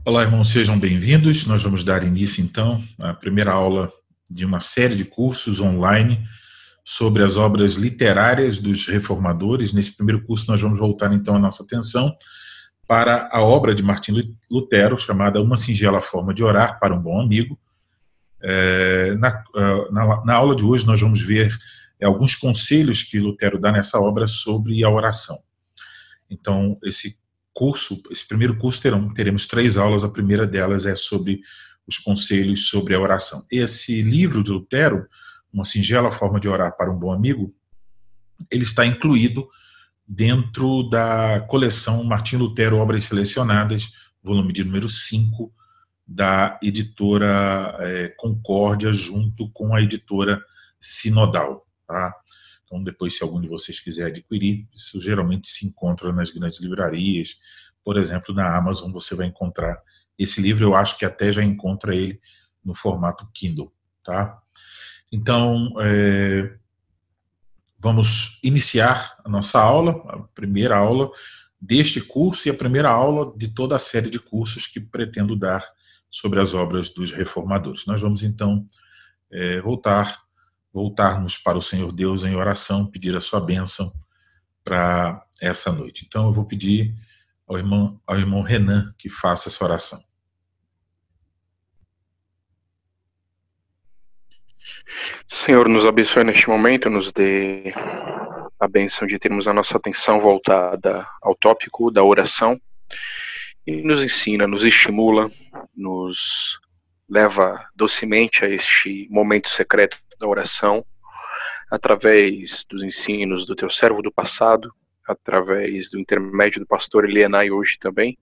Olá, irmãos, sejam bem-vindos. Nós vamos dar início, então, à primeira aula de uma série de cursos online sobre as obras literárias dos reformadores. Nesse primeiro curso, nós vamos voltar, então, a nossa atenção para a obra de Martim Lutero, chamada Uma Singela Forma de Orar para um Bom Amigo. Na aula de hoje, nós vamos ver alguns conselhos que Lutero dá nessa obra sobre a oração. Então, esse primeiro curso teremos 3 aulas. A primeira delas é sobre os conselhos sobre a oração. Esse livro de Lutero, Uma Singela Forma de Orar para um Bom Amigo, ele está incluído dentro da coleção Martim Lutero Obras Selecionadas, volume de número 5, da editora Concórdia, junto com a editora Sinodal. Tá? Então, depois, se algum de vocês quiser adquirir, isso geralmente se encontra nas grandes livrarias. Por exemplo, na Amazon você vai encontrar esse livro. Eu acho que até já encontra ele no formato Kindle. Tá? Então, vamos iniciar a nossa aula, a primeira aula deste curso e a primeira aula de toda a série de cursos que pretendo dar sobre as obras dos reformadores. Nós vamos, então, voltarmos para o Senhor Deus em oração, pedir a sua bênção para essa noite. Então eu vou pedir ao irmão Renan que faça essa oração. Senhor, nos abençoe neste momento, nos dê a bênção de termos a nossa atenção voltada ao tópico da oração e nos ensina, nos estimula, nos leva docemente a este momento secreto da oração, através dos ensinos do teu servo do passado, através do intermédio do pastor Elienay hoje também.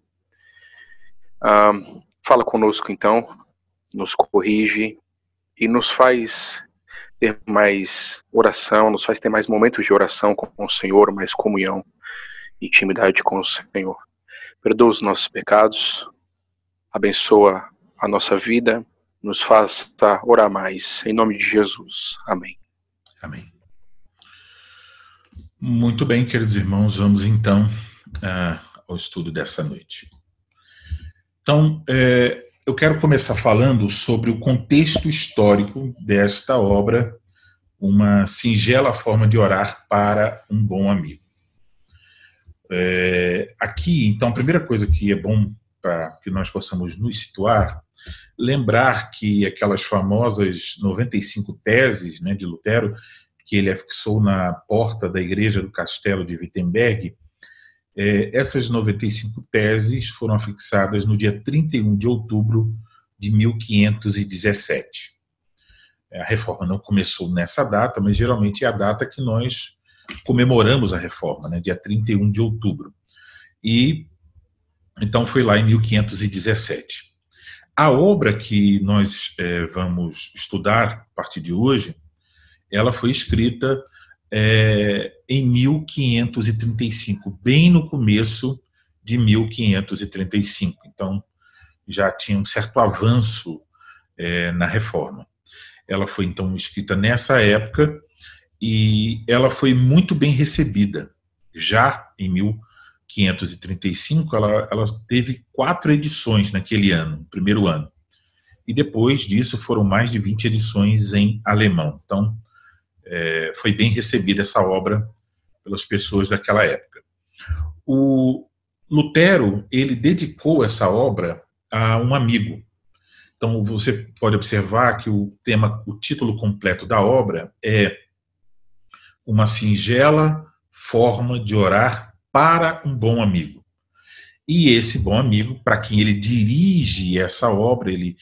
Fala conosco então, nos corrige e nos faz ter mais oração, nos faz ter mais momentos de oração com o Senhor, mais comunhão, intimidade com o Senhor. Perdoa os nossos pecados, abençoa a nossa vida, nos faça orar mais. Em nome de Jesus. Amém. Amém. Muito bem, queridos irmãos, vamos então ao estudo dessa noite. Então, eu quero começar falando sobre o contexto histórico desta obra, Uma Singela Forma de Orar para um Bom Amigo. Aqui, então, a primeira coisa que é bom para que nós possamos nos situar, lembrar que aquelas famosas 95 teses, né, de Lutero, que ele afixou na porta da igreja do castelo de Wittenberg, essas 95 teses foram afixadas no dia 31 de outubro de 1517. A reforma não começou nessa data, mas geralmente é a data que nós comemoramos a reforma, né, dia 31 de outubro. E então foi lá em 1517. A obra que nós vamos estudar a partir de hoje, ela foi escrita em 1535, bem no começo de 1535. Então, já tinha um certo avanço na reforma. Ela foi, então, escrita nessa época e ela foi muito bem recebida. Já em 1535, ela teve 4 edições naquele ano, no primeiro ano. E depois disso foram mais de 20 edições em alemão. Então, foi bem recebida essa obra pelas pessoas daquela época. O Lutero, ele dedicou essa obra a um amigo. Então, você pode observar que o título completo da obra é Uma Singela Forma de Orar para um Bom Amigo. E esse bom amigo, para quem ele dirige essa obra, ele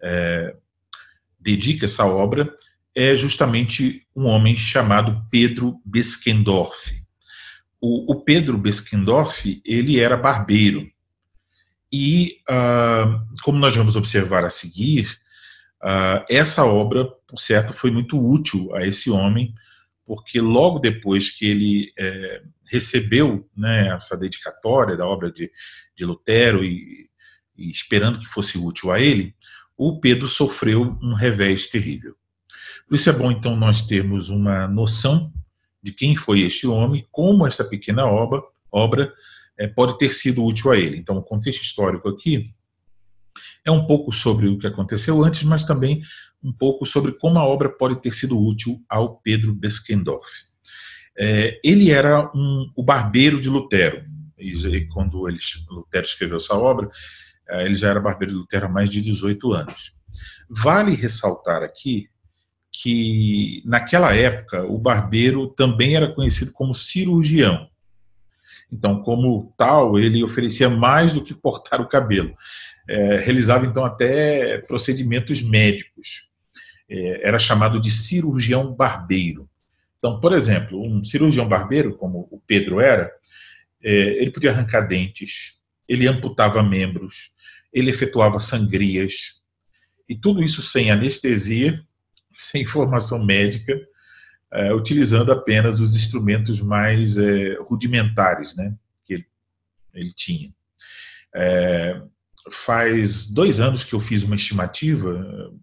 dedica essa obra, é justamente um homem chamado Pedro Beskendorf. O Pedro Beskendorf, ele era barbeiro. E, como nós vamos observar a seguir, essa obra, por certo, foi muito útil a esse homem, porque logo depois que ele recebeu, né, essa dedicatória da obra de Lutero e esperando que fosse útil a ele, o Pedro sofreu um revés terrível. Por isso é bom, então, nós termos uma noção de quem foi este homem, como essa pequena obra pode ter sido útil a ele. Então, o contexto histórico aqui É um pouco sobre o que aconteceu antes, mas também um pouco sobre como a obra pode ter sido útil ao Pedro Beskendorf. Ele era o barbeiro de Lutero, e quando Lutero escreveu essa obra, ele já era barbeiro de Lutero há mais de 18 anos. Vale ressaltar aqui que, naquela época, o barbeiro também era conhecido como cirurgião. Então, como tal, ele oferecia mais do que cortar o cabelo. Realizava, então, até procedimentos médicos. Era chamado de cirurgião barbeiro. Então, por exemplo, um cirurgião barbeiro, como o Pedro era, ele podia arrancar dentes, ele amputava membros, ele efetuava sangrias, e tudo isso sem anestesia, sem formação médica, utilizando apenas os instrumentos mais rudimentares, né, que ele tinha. Faz 2 anos que eu fiz uma estimativa,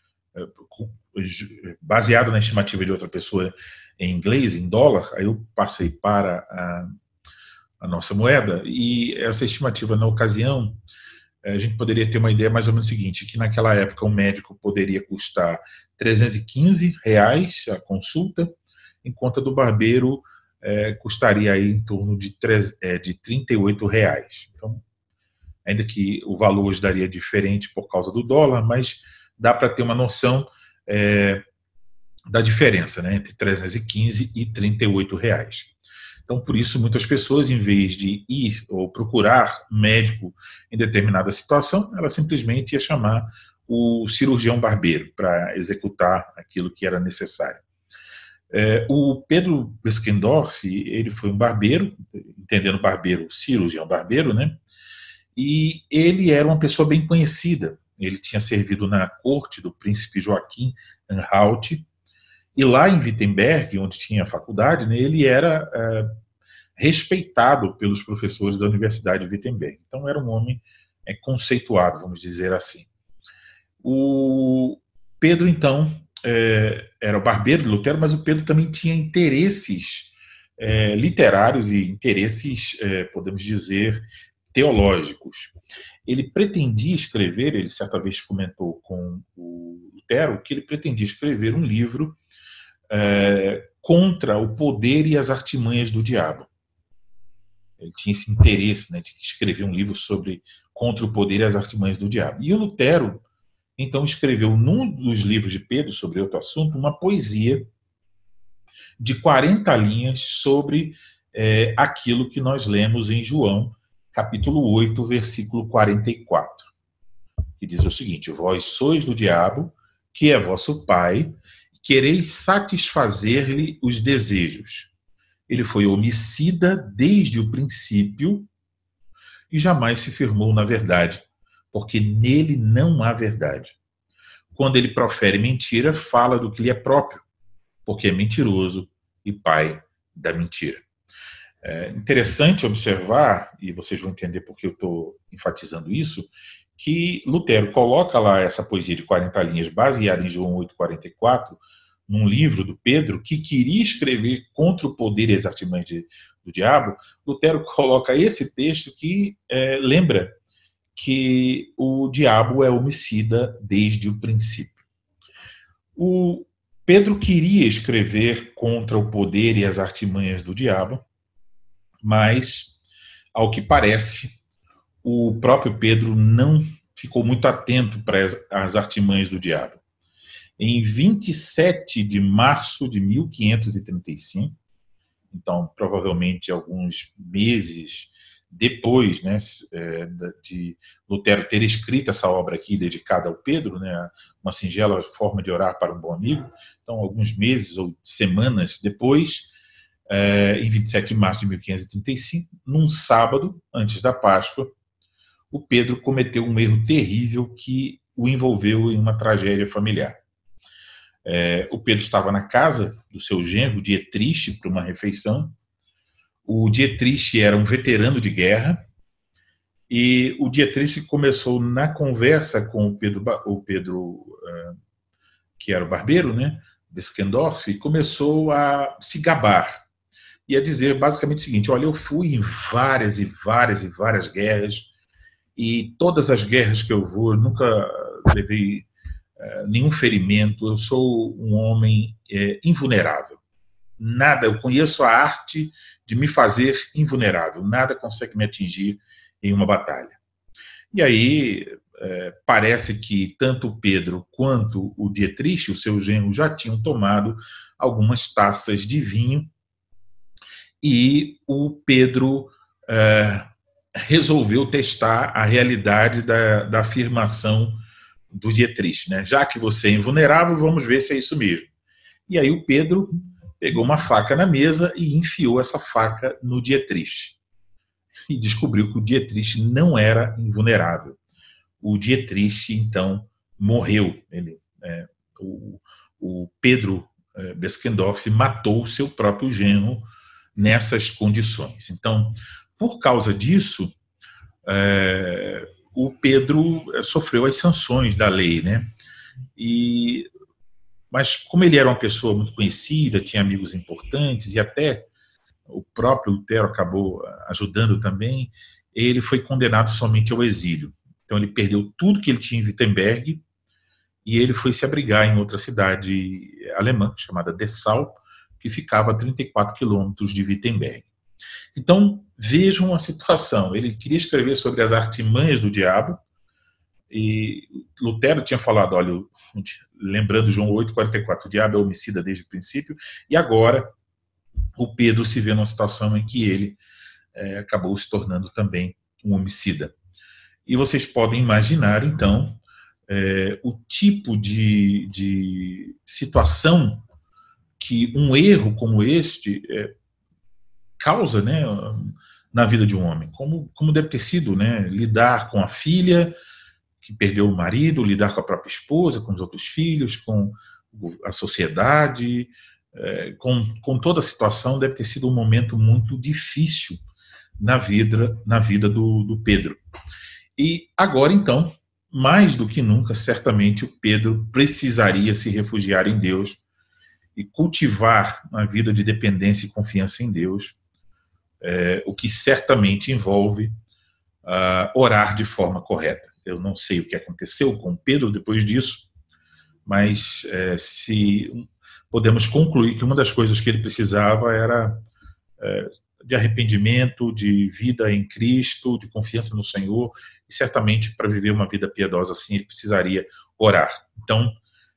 baseado na estimativa de outra pessoa em inglês, em dólar, aí eu passei para a nossa moeda, e essa estimativa, na ocasião, a gente poderia ter uma ideia mais ou menos seguinte, que naquela época um médico poderia custar R$315 a consulta, enquanto a do barbeiro custaria aí em torno de R$38. Então, ainda que o valor hoje daria diferente por causa do dólar, mas dá para ter uma noção da diferença, né, entre 315 e R$38. Então, por isso, muitas pessoas, em vez de ir ou procurar médico em determinada situação, ela simplesmente ia chamar o cirurgião barbeiro para executar aquilo que era necessário. O Pedro Beskendorf, ele foi um barbeiro, entendendo barbeiro, cirurgião barbeiro, né? E ele era uma pessoa bem conhecida. Ele tinha servido na corte do príncipe Joaquim Anhalt, e lá em Wittenberg, onde tinha a faculdade, né, ele era respeitado pelos professores da Universidade de Wittenberg. Então, era um homem conceituado, vamos dizer assim. O Pedro, então, era o barbeiro de Lutero, mas o Pedro também tinha interesses literários e interesses, podemos dizer, teológicos. Ele pretendia escrever, ele certa vez comentou com o Lutero, que ele pretendia escrever um livro contra o poder e as artimanhas do diabo. Ele tinha esse interesse, né, de escrever um livro contra o poder e as artimanhas do diabo. E o Lutero, então, escreveu num dos livros de Pedro, sobre outro assunto, uma poesia de 40 linhas sobre aquilo que nós lemos em João, capítulo 8, versículo 44, que diz o seguinte: vós sois do diabo, que é vosso pai, quereis satisfazer-lhe os desejos. Ele foi homicida desde o princípio e jamais se firmou na verdade, porque nele não há verdade. Quando ele profere mentira, fala do que lhe é próprio, porque é mentiroso e pai da mentira. É interessante observar, e vocês vão entender por que eu estou enfatizando isso, que Lutero coloca lá essa poesia de 40 linhas baseada em João 8,44, num livro do Pedro, que queria escrever contra o poder e as artimanhas do diabo. Lutero coloca esse texto que lembra que o diabo é homicida desde o princípio. O Pedro queria escrever contra o poder e as artimanhas do diabo, mas, ao que parece, o próprio Pedro não ficou muito atento para as artimanhas do diabo. Em 27 de março de 1535, então provavelmente alguns meses depois, né, de Lutero ter escrito essa obra aqui dedicada ao Pedro, né, uma singela forma de orar para um bom amigo, então alguns meses ou semanas depois, em 27 de março de 1535, num sábado, antes da Páscoa, o Pedro cometeu um erro terrível que o envolveu em uma tragédia familiar. O Pedro estava na casa do seu genro, Dietrich, para uma refeição. O Dietrich era um veterano de guerra e o Dietrich começou na conversa com o Pedro que era o barbeiro, né, Beskendorf, e começou a se gabar e a dizer basicamente o seguinte: olha, eu fui em várias e várias e várias guerras e todas as guerras que eu vou, eu nunca levei nenhum ferimento, eu sou um homem invulnerável. Nada, eu conheço a arte de me fazer invulnerável, nada consegue me atingir em uma batalha. E aí parece que tanto o Pedro quanto o Dietrich, o seu genro, já tinham tomado algumas taças de vinho, e o Pedro resolveu testar a realidade da afirmação do Dietrich, né? Já que você é invulnerável, vamos ver se é isso mesmo. E aí o Pedro pegou uma faca na mesa e enfiou essa faca no Dietrich. E descobriu que o Dietrich não era invulnerável. O Dietrich, então, morreu. O Pedro Beskendorf matou o seu próprio genro nessas condições. Então, por causa disso, o Pedro sofreu as sanções da lei, né? Mas como ele era uma pessoa muito conhecida, tinha amigos importantes, e até o próprio Lutero acabou ajudando também, ele foi condenado somente ao exílio. Então ele perdeu tudo que ele tinha em Wittenberg e ele foi se abrigar em outra cidade alemã, chamada Dessau, que ficava a 34 quilômetros de Wittenberg. Então, vejam a situação. Ele queria escrever sobre as artimanhas do diabo, e Lutero tinha falado, olha, lembrando João 8,44, o diabo é homicida desde o princípio, e agora o Pedro se vê numa situação em que ele acabou se tornando também um homicida. E vocês podem imaginar, então, o tipo de situação que um erro como este causa, né, na vida de um homem. Como deve ter sido, né, lidar com a filha que perdeu o marido, lidar com a própria esposa, com os outros filhos, com a sociedade, com toda a situação. Deve ter sido um momento muito difícil na vida do Pedro. E agora, então, mais do que nunca, certamente o Pedro precisaria se refugiar em Deus e cultivar uma vida de dependência e confiança em Deus, o que certamente envolve orar de forma correta. Eu não sei o que aconteceu com Pedro depois disso, mas se podemos concluir que uma das coisas que ele precisava era de arrependimento, de vida em Cristo, de confiança no Senhor, e certamente para viver uma vida piedosa assim ele precisaria orar. Então,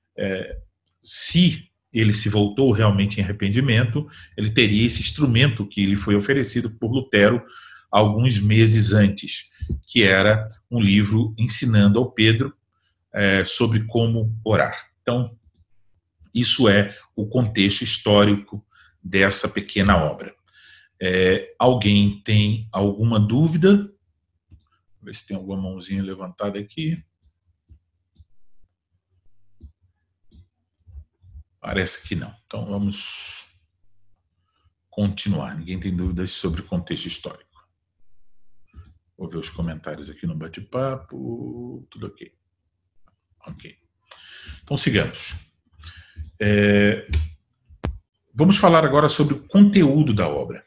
se ele se voltou realmente em arrependimento, ele teria esse instrumento que lhe foi oferecido por Lutero alguns meses antes, que era um livro ensinando ao Pedro sobre como orar. Então, isso é o contexto histórico dessa pequena obra. Alguém tem alguma dúvida? Vou ver se tem alguma mãozinha levantada aqui. Parece que não. Então vamos continuar. Ninguém tem dúvidas sobre o contexto histórico. Vou ver os comentários aqui no bate-papo. Tudo ok. Ok. Então sigamos. Vamos falar agora sobre o conteúdo da obra.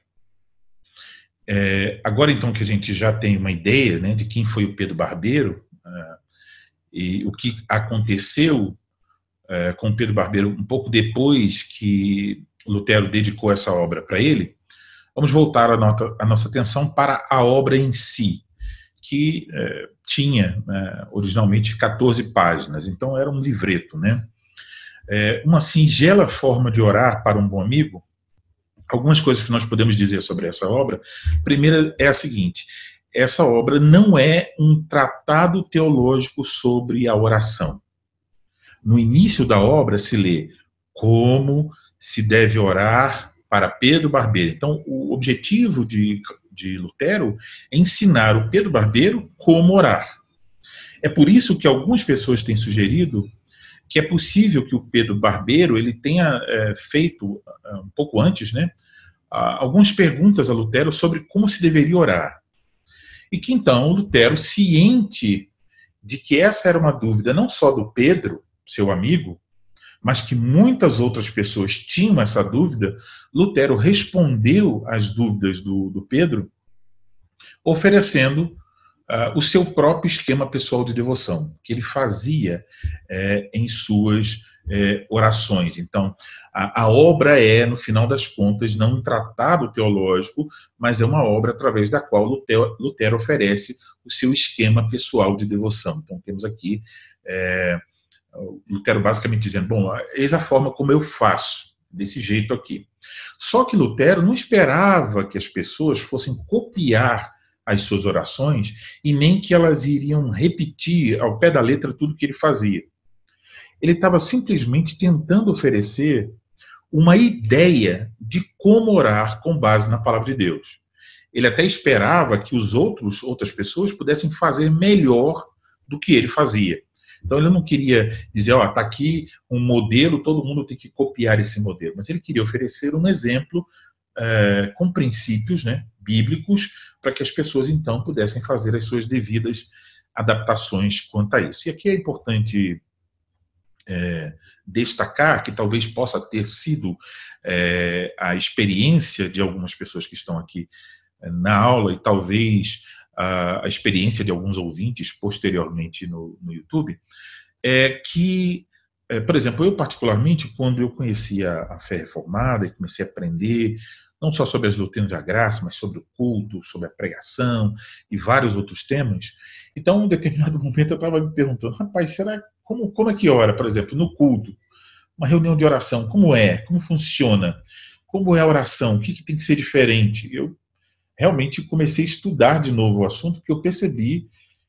Agora então que a gente já tem uma ideia, né, de quem foi o Pedro Barbeiro e o que aconteceu com Pedro Barbeiro um pouco depois que Lutero dedicou essa obra para ele, vamos voltar a nossa atenção para a obra em si, que tinha originalmente 14 páginas, então era um livreto, né? Uma singela forma de orar para um bom amigo. Algumas coisas que nós podemos dizer sobre essa obra. Primeira é a seguinte: essa obra não é um tratado teológico sobre a oração. No início da obra se lê como se deve orar para Pedro Barbeiro. Então, o objetivo de Lutero é ensinar o Pedro Barbeiro como orar. É por isso que algumas pessoas têm sugerido que é possível que o Pedro Barbeiro ele tenha feito, um pouco antes, né, algumas perguntas a Lutero sobre como se deveria orar. E que então Lutero, ciente de que essa era uma dúvida não só do Pedro, seu amigo, mas que muitas outras pessoas tinham essa dúvida, Lutero respondeu às dúvidas do Pedro, oferecendo o seu próprio esquema pessoal de devoção, que ele fazia em suas orações. Então, a obra é, no final das contas, não um tratado teológico, mas é uma obra através da qual Lutero oferece o seu esquema pessoal de devoção. Então, temos aqui Lutero basicamente dizendo, bom, eis a forma como eu faço, desse jeito aqui. Só que Lutero não esperava que as pessoas fossem copiar as suas orações e nem que elas iriam repetir ao pé da letra tudo que ele fazia. Ele estava simplesmente tentando oferecer uma ideia de como orar com base na palavra de Deus. Ele até esperava que outras pessoas pudessem fazer melhor do que ele fazia. Então ele não queria dizer, está aqui um modelo, todo mundo tem que copiar esse modelo, mas ele queria oferecer um exemplo com princípios, né, bíblicos, para que as pessoas então pudessem fazer as suas devidas adaptações quanto a isso. E aqui é importante destacar que talvez possa ter sido a experiência de algumas pessoas que estão aqui na aula e talvez a experiência de alguns ouvintes posteriormente no YouTube, que, por exemplo, eu particularmente, quando eu conheci a fé reformada e comecei a aprender, não só sobre as doutrinas da graça, mas sobre o culto, sobre a pregação e vários outros temas, então, em um determinado momento eu estava me perguntando, rapaz, como é que ora, por exemplo, no culto? Uma reunião de oração, como é? Como funciona? Como é a oração? O que tem que ser diferente? Eu realmente comecei a estudar de novo o assunto, porque eu percebi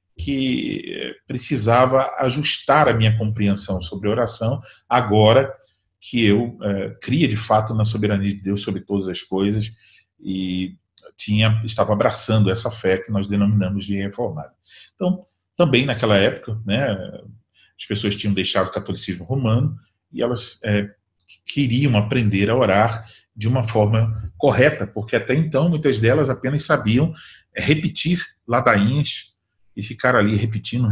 que precisava ajustar a minha compreensão sobre oração, agora que eu cria de fato na soberania de Deus sobre todas as coisas e estava abraçando essa fé que nós denominamos de reformada. Então, também naquela época, né, as pessoas tinham deixado o catolicismo romano e elas queriam aprender a orar de uma forma correta, porque até então muitas delas apenas sabiam repetir ladainhas e ficar ali repetindo.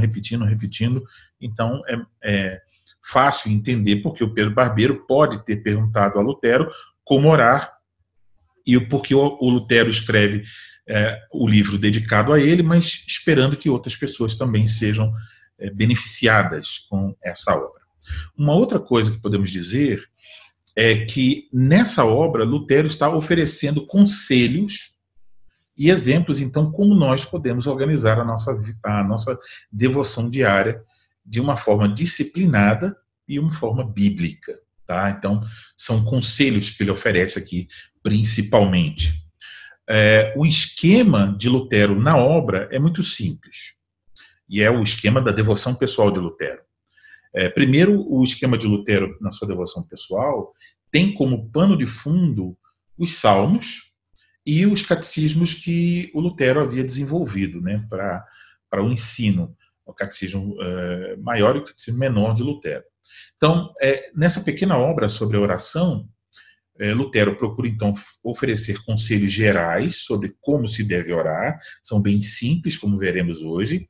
Então é fácil entender porque o Pedro Barbeiro pode ter perguntado a Lutero como orar e porque o Lutero escreve o livro dedicado a ele, mas esperando que outras pessoas também sejam beneficiadas com essa obra. Uma outra coisa que podemos dizer é que nessa obra Lutero está oferecendo conselhos e exemplos, então, como nós podemos organizar a nossa devoção diária de uma forma disciplinada e uma forma bíblica. Tá? Então, são conselhos que ele oferece aqui, principalmente. O esquema de Lutero na obra é muito simples, e é o esquema da devoção pessoal de Lutero. Primeiro, o esquema de Lutero na sua devoção pessoal tem como pano de fundo os salmos e os catecismos que o Lutero havia desenvolvido, né, para o ensino, o catecismo maior e o catecismo menor de Lutero. Então, nessa pequena obra sobre a oração, Lutero procura então oferecer conselhos gerais sobre como se deve orar, são bem simples, como veremos hoje,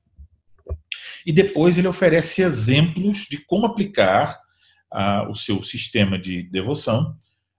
e depois ele oferece exemplos de como aplicar o seu sistema de devoção,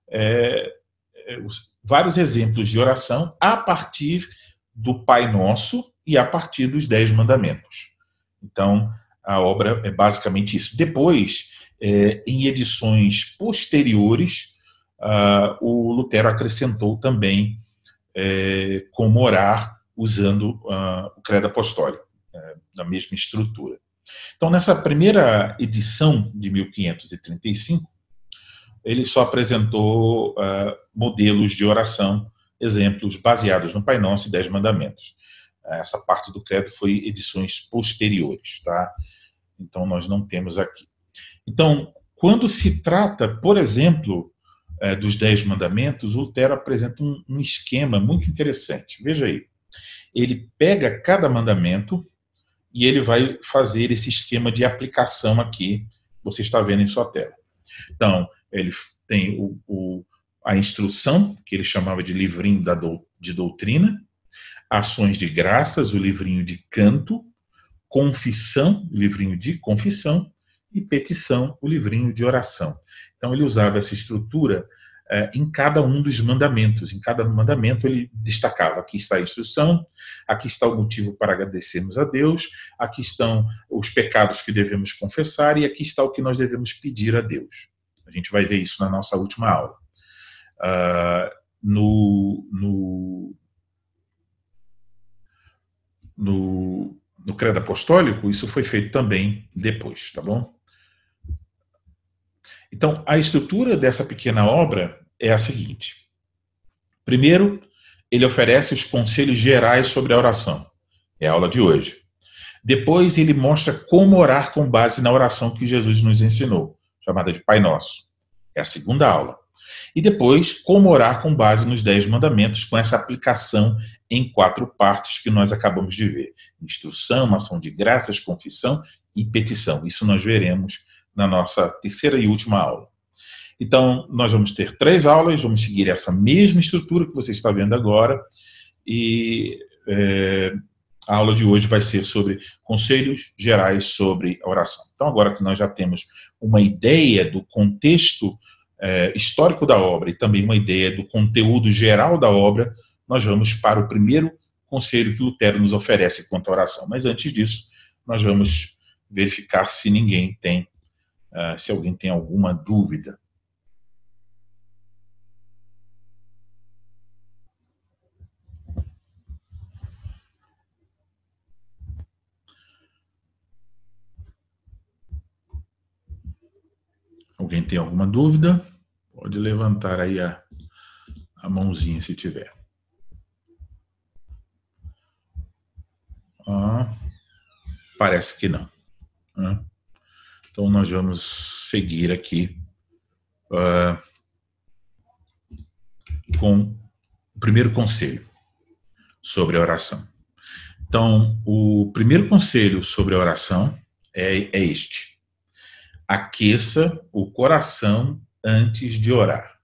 vários exemplos de oração a partir do Pai Nosso e a partir dos 10 mandamentos. Então, a obra é basicamente isso. Depois, em edições posteriores, o Lutero acrescentou também como orar usando o credo apostólico, na mesma estrutura. Então, nessa primeira edição de 1535, ele só apresentou modelos de oração, exemplos baseados no Pai Nosso e 10 Mandamentos. Essa parte do credo foi edições posteriores, tá? Então, nós não temos aqui. Então, quando se trata, por exemplo, dos 10 Mandamentos, o Lutero apresenta um esquema muito interessante. Veja aí. Ele pega cada mandamento e ele vai fazer esse esquema de aplicação aqui, você está vendo em sua tela. Então, ele tem a instrução, que ele chamava de livrinho de doutrina, ações de graças, o livrinho de canto, confissão, o livrinho de confissão, e petição, o livrinho de oração. Então, ele usava essa estrutura em cada um dos mandamentos. Em cada mandamento ele destacava: aqui está a instrução, aqui está o motivo para agradecermos a Deus, aqui estão os pecados que devemos confessar e aqui está o que nós devemos pedir a Deus. A gente vai ver isso na nossa última aula. No Credo Apostólico, isso foi feito também depois, tá bom? Então, a estrutura dessa pequena obra é a seguinte. Primeiro, ele oferece os conselhos gerais sobre a oração. É a aula de hoje. Depois, ele mostra como orar com base na oração que Jesus nos ensinou, chamada de Pai Nosso. É a segunda aula. E depois, como orar com base nos 10 mandamentos, com essa aplicação em 4 partes que nós acabamos de ver. Instrução, ação de graças, confissão e petição. Isso nós veremos na nossa terceira e última aula. Então, nós vamos ter 3 aulas, vamos seguir essa mesma estrutura que você está vendo agora, e a aula de hoje vai ser sobre conselhos gerais sobre a oração. Então, agora que nós já temos uma ideia do contexto histórico da obra e também uma ideia do conteúdo geral da obra, nós vamos para o primeiro conselho que Lutero nos oferece quanto à oração. Mas antes disso, nós vamos verificar se ninguém tem se alguém tem alguma dúvida. Alguém tem alguma dúvida? Pode levantar aí a mãozinha se tiver. Parece que não. Então, nós vamos seguir aqui com o primeiro conselho sobre a oração. Então, o primeiro conselho sobre a oração é este: aqueça o coração antes de orar.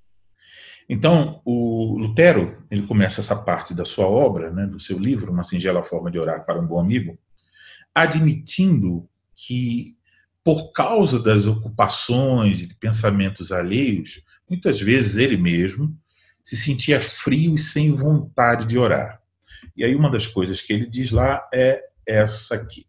Então, o Lutero, ele começa essa parte da sua obra, né, do seu livro, Uma Singela Forma de Orar para um Bom Amigo, admitindo que, por causa das ocupações e de pensamentos alheios, muitas vezes ele mesmo se sentia frio e sem vontade de orar. E aí uma das coisas que ele diz lá é essa aqui: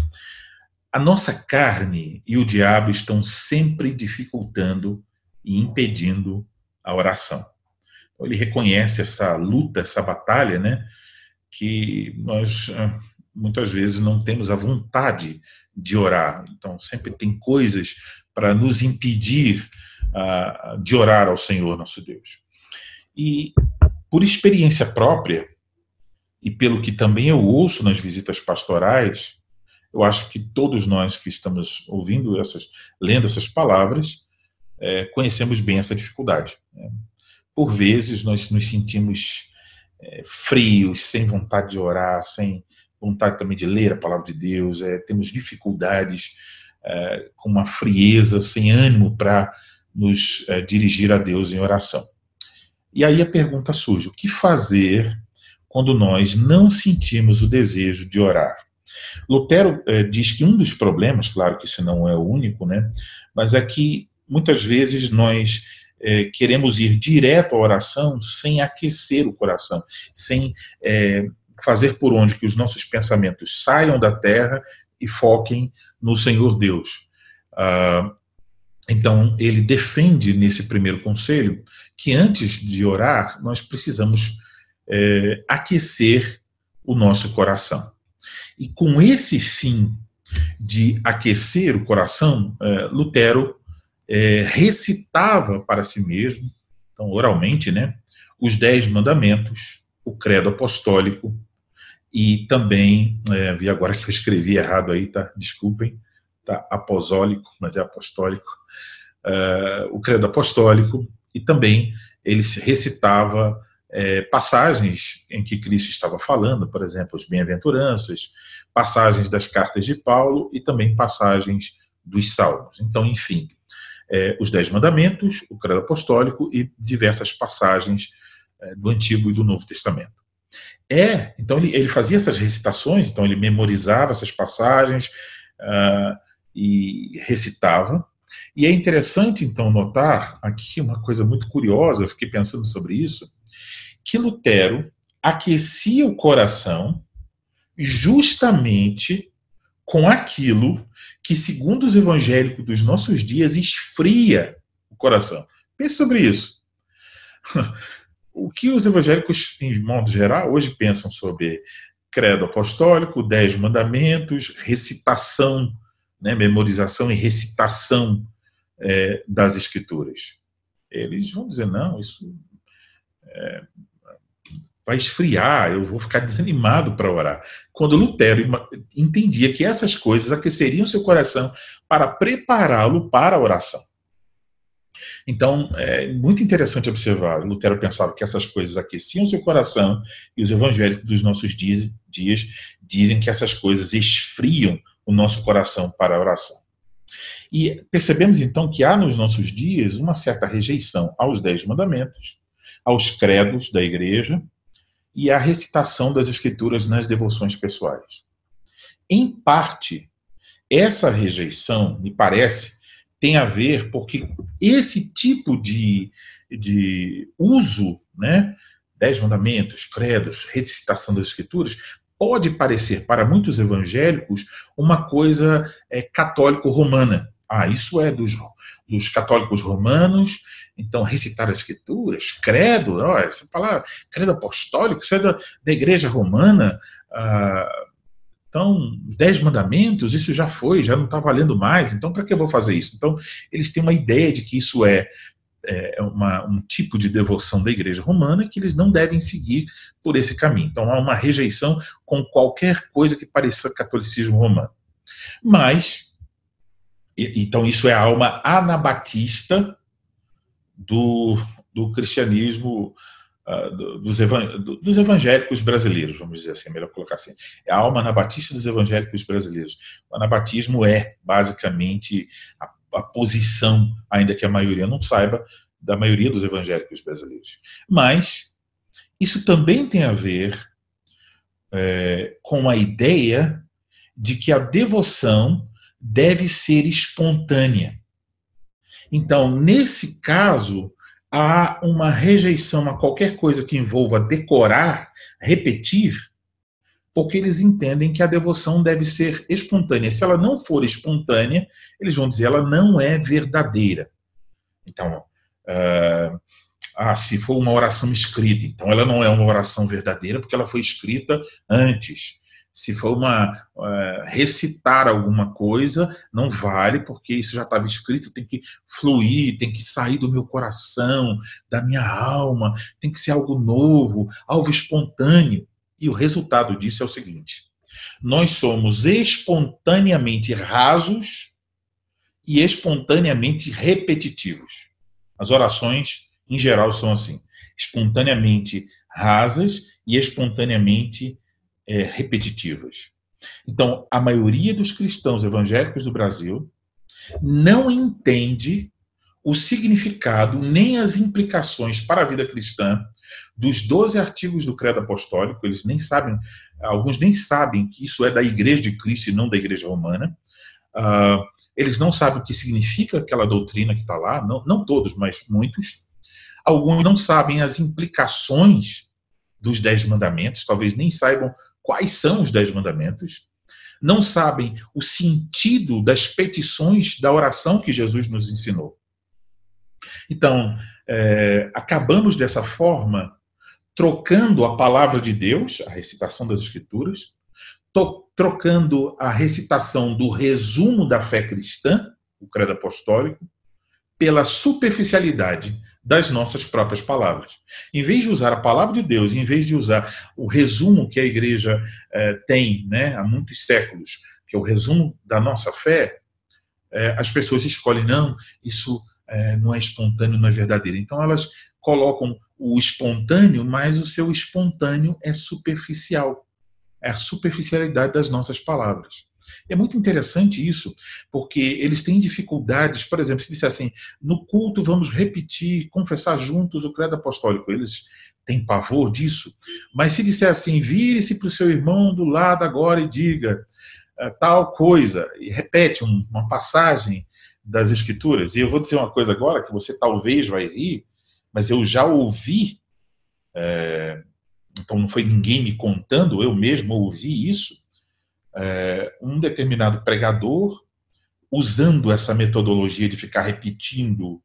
a nossa carne e o diabo estão sempre dificultando e impedindo a oração. Então, ele reconhece essa luta, essa batalha, né, que nós muitas vezes não temos a vontade de orar. Então, sempre tem coisas para nos impedir de orar ao Senhor nosso Deus. E, por experiência própria, e pelo que também eu ouço nas visitas pastorais, eu acho que todos nós que estamos lendo essas palavras, conhecemos bem essa dificuldade. Por vezes, nós nos sentimos frios, sem vontade de orar, sem vontade também de ler a palavra de Deus, temos dificuldades com uma frieza, sem ânimo para nos dirigir a Deus em oração. E aí a pergunta surge: o que fazer quando nós não sentimos o desejo de orar? Lutero diz que um dos problemas, claro que isso não é o único, né, mas é que muitas vezes nós queremos ir direto à oração sem aquecer o coração, sem fazer por onde que os nossos pensamentos saiam da terra e foquem no Senhor Deus. Então, ele defende nesse primeiro conselho que antes de orar, nós precisamos aquecer o nosso coração. E com esse fim de aquecer o coração, Lutero recitava para si mesmo, então oralmente, né, os 10 mandamentos, o credo apostólico, e também, vi agora que eu escrevi errado aí, tá? Desculpem, tá? Apostólico, mas é apostólico, o credo apostólico, e também ele recitava passagens em que Cristo estava falando, por exemplo, as bem-aventuranças, passagens das cartas de Paulo e também passagens dos Salmos. Então, enfim, os 10 mandamentos, o credo apostólico e diversas passagens do Antigo e do Novo Testamento. Então ele fazia essas recitações, então ele memorizava essas passagens e recitava, E é interessante, então, notar aqui uma coisa muito curiosa, eu fiquei pensando sobre isso, que Lutero aquecia o coração justamente com aquilo que, segundo os evangélicos dos nossos dias, esfria o coração. Pense sobre isso. O que os evangélicos, em modo geral, hoje pensam sobre credo apostólico, 10 mandamentos, recitação, né, memorização e recitação das escrituras. Eles vão dizer, não, isso vai esfriar, eu vou ficar desanimado para orar. Quando Lutero entendia que essas coisas aqueceriam seu coração para prepará-lo para a oração. Então, é muito interessante observar. Lutero pensava que essas coisas aqueciam seu coração e os evangélicos dos nossos dias dizem que essas coisas esfriam o nosso coração para a oração. E percebemos, então, que há nos nossos dias uma certa rejeição aos 10 mandamentos, aos credos da igreja e à recitação das escrituras nas devoções pessoais. Em parte, essa rejeição, me parece, tem a ver porque esse tipo de uso, né, 10 mandamentos, credos, recitação das escrituras, pode parecer para muitos evangélicos uma coisa católico-romana. Isso é dos católicos romanos, então recitar as escrituras, credo, essa palavra, credo apostólico, isso é da igreja romana. Então, 10 mandamentos, isso já foi, já não está valendo mais, então para que eu vou fazer isso? Então, eles têm uma ideia de que isso é um tipo de devoção da igreja romana e que eles não devem seguir por esse caminho. Então, há uma rejeição com qualquer coisa que pareça catolicismo romano. Mas, então isso é a alma anabatista do cristianismo, dos evangélicos brasileiros, vamos dizer assim, é melhor colocar assim. É a alma anabatista dos evangélicos brasileiros. O anabatismo é, basicamente, a posição, ainda que a maioria não saiba, da maioria dos evangélicos brasileiros. Mas isso também tem a ver com a ideia de que a devoção deve ser espontânea. Então, nesse caso, há uma rejeição a qualquer coisa que envolva decorar, repetir, porque eles entendem que a devoção deve ser espontânea. Se ela não for espontânea, eles vão dizer ela não é verdadeira. Então, se for uma oração escrita, então ela não é uma oração verdadeira porque ela foi escrita antes. Se for recitar alguma coisa, não vale, porque isso já estava escrito, tem que fluir, tem que sair do meu coração, da minha alma, tem que ser algo novo, algo espontâneo. E o resultado disso é o seguinte: nós somos espontaneamente rasos e espontaneamente repetitivos. As orações, em geral, são assim, espontaneamente rasas e espontaneamente repetitivas. Então, a maioria dos cristãos evangélicos do Brasil não entende o significado nem as implicações para a vida cristã dos 12 artigos do Credo Apostólico. Eles nem sabem, alguns nem sabem que isso é da Igreja de Cristo e não da Igreja Romana. Eles não sabem o que significa aquela doutrina que está lá, não todos, mas muitos. Alguns não sabem as implicações dos 10 mandamentos, talvez nem saibam quais são os 10 mandamentos, não sabem o sentido das petições da oração que Jesus nos ensinou. Então, acabamos dessa forma trocando a palavra de Deus, a recitação das Escrituras, trocando a recitação do resumo da fé cristã, o credo apostólico, pela superficialidade das nossas próprias palavras. Em vez de usar a palavra de Deus, em vez de usar o resumo que a igreja tem, né, há muitos séculos, que é o resumo da nossa fé, as pessoas escolhem, não, isso não é espontâneo, não é verdadeiro. Então elas colocam o espontâneo, mas o seu espontâneo é superficial. É a superficialidade das nossas palavras. É muito interessante isso, porque eles têm dificuldades, por exemplo, se disser assim, no culto vamos repetir, confessar juntos o credo apostólico, eles têm pavor disso, mas se disser assim, vire-se para o seu irmão do lado agora e diga tal coisa, e repete uma passagem das Escrituras. E eu vou dizer uma coisa agora que você talvez vai rir, mas eu já ouvi, então não foi ninguém me contando, eu mesmo ouvi isso, um determinado pregador usando essa metodologia de ficar repetindo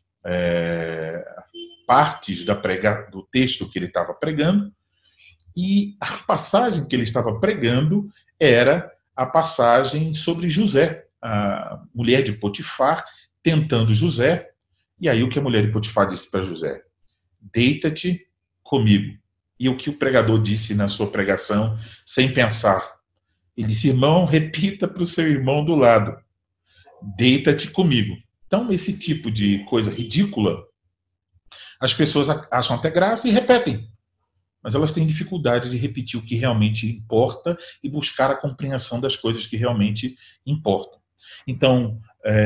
partes do texto que ele estava pregando, e a passagem que ele estava pregando era a passagem sobre José, a mulher de Potifar tentando José. E aí o que a mulher de Potifar disse para José? Deita-te comigo. E o que o pregador disse na sua pregação, sem pensar? Ele disse, irmão, repita para o seu irmão do lado. Deita-te comigo. Então, esse tipo de coisa ridícula, as pessoas acham até graça e repetem. Mas elas têm dificuldade de repetir o que realmente importa e buscar a compreensão das coisas que realmente importam. Então,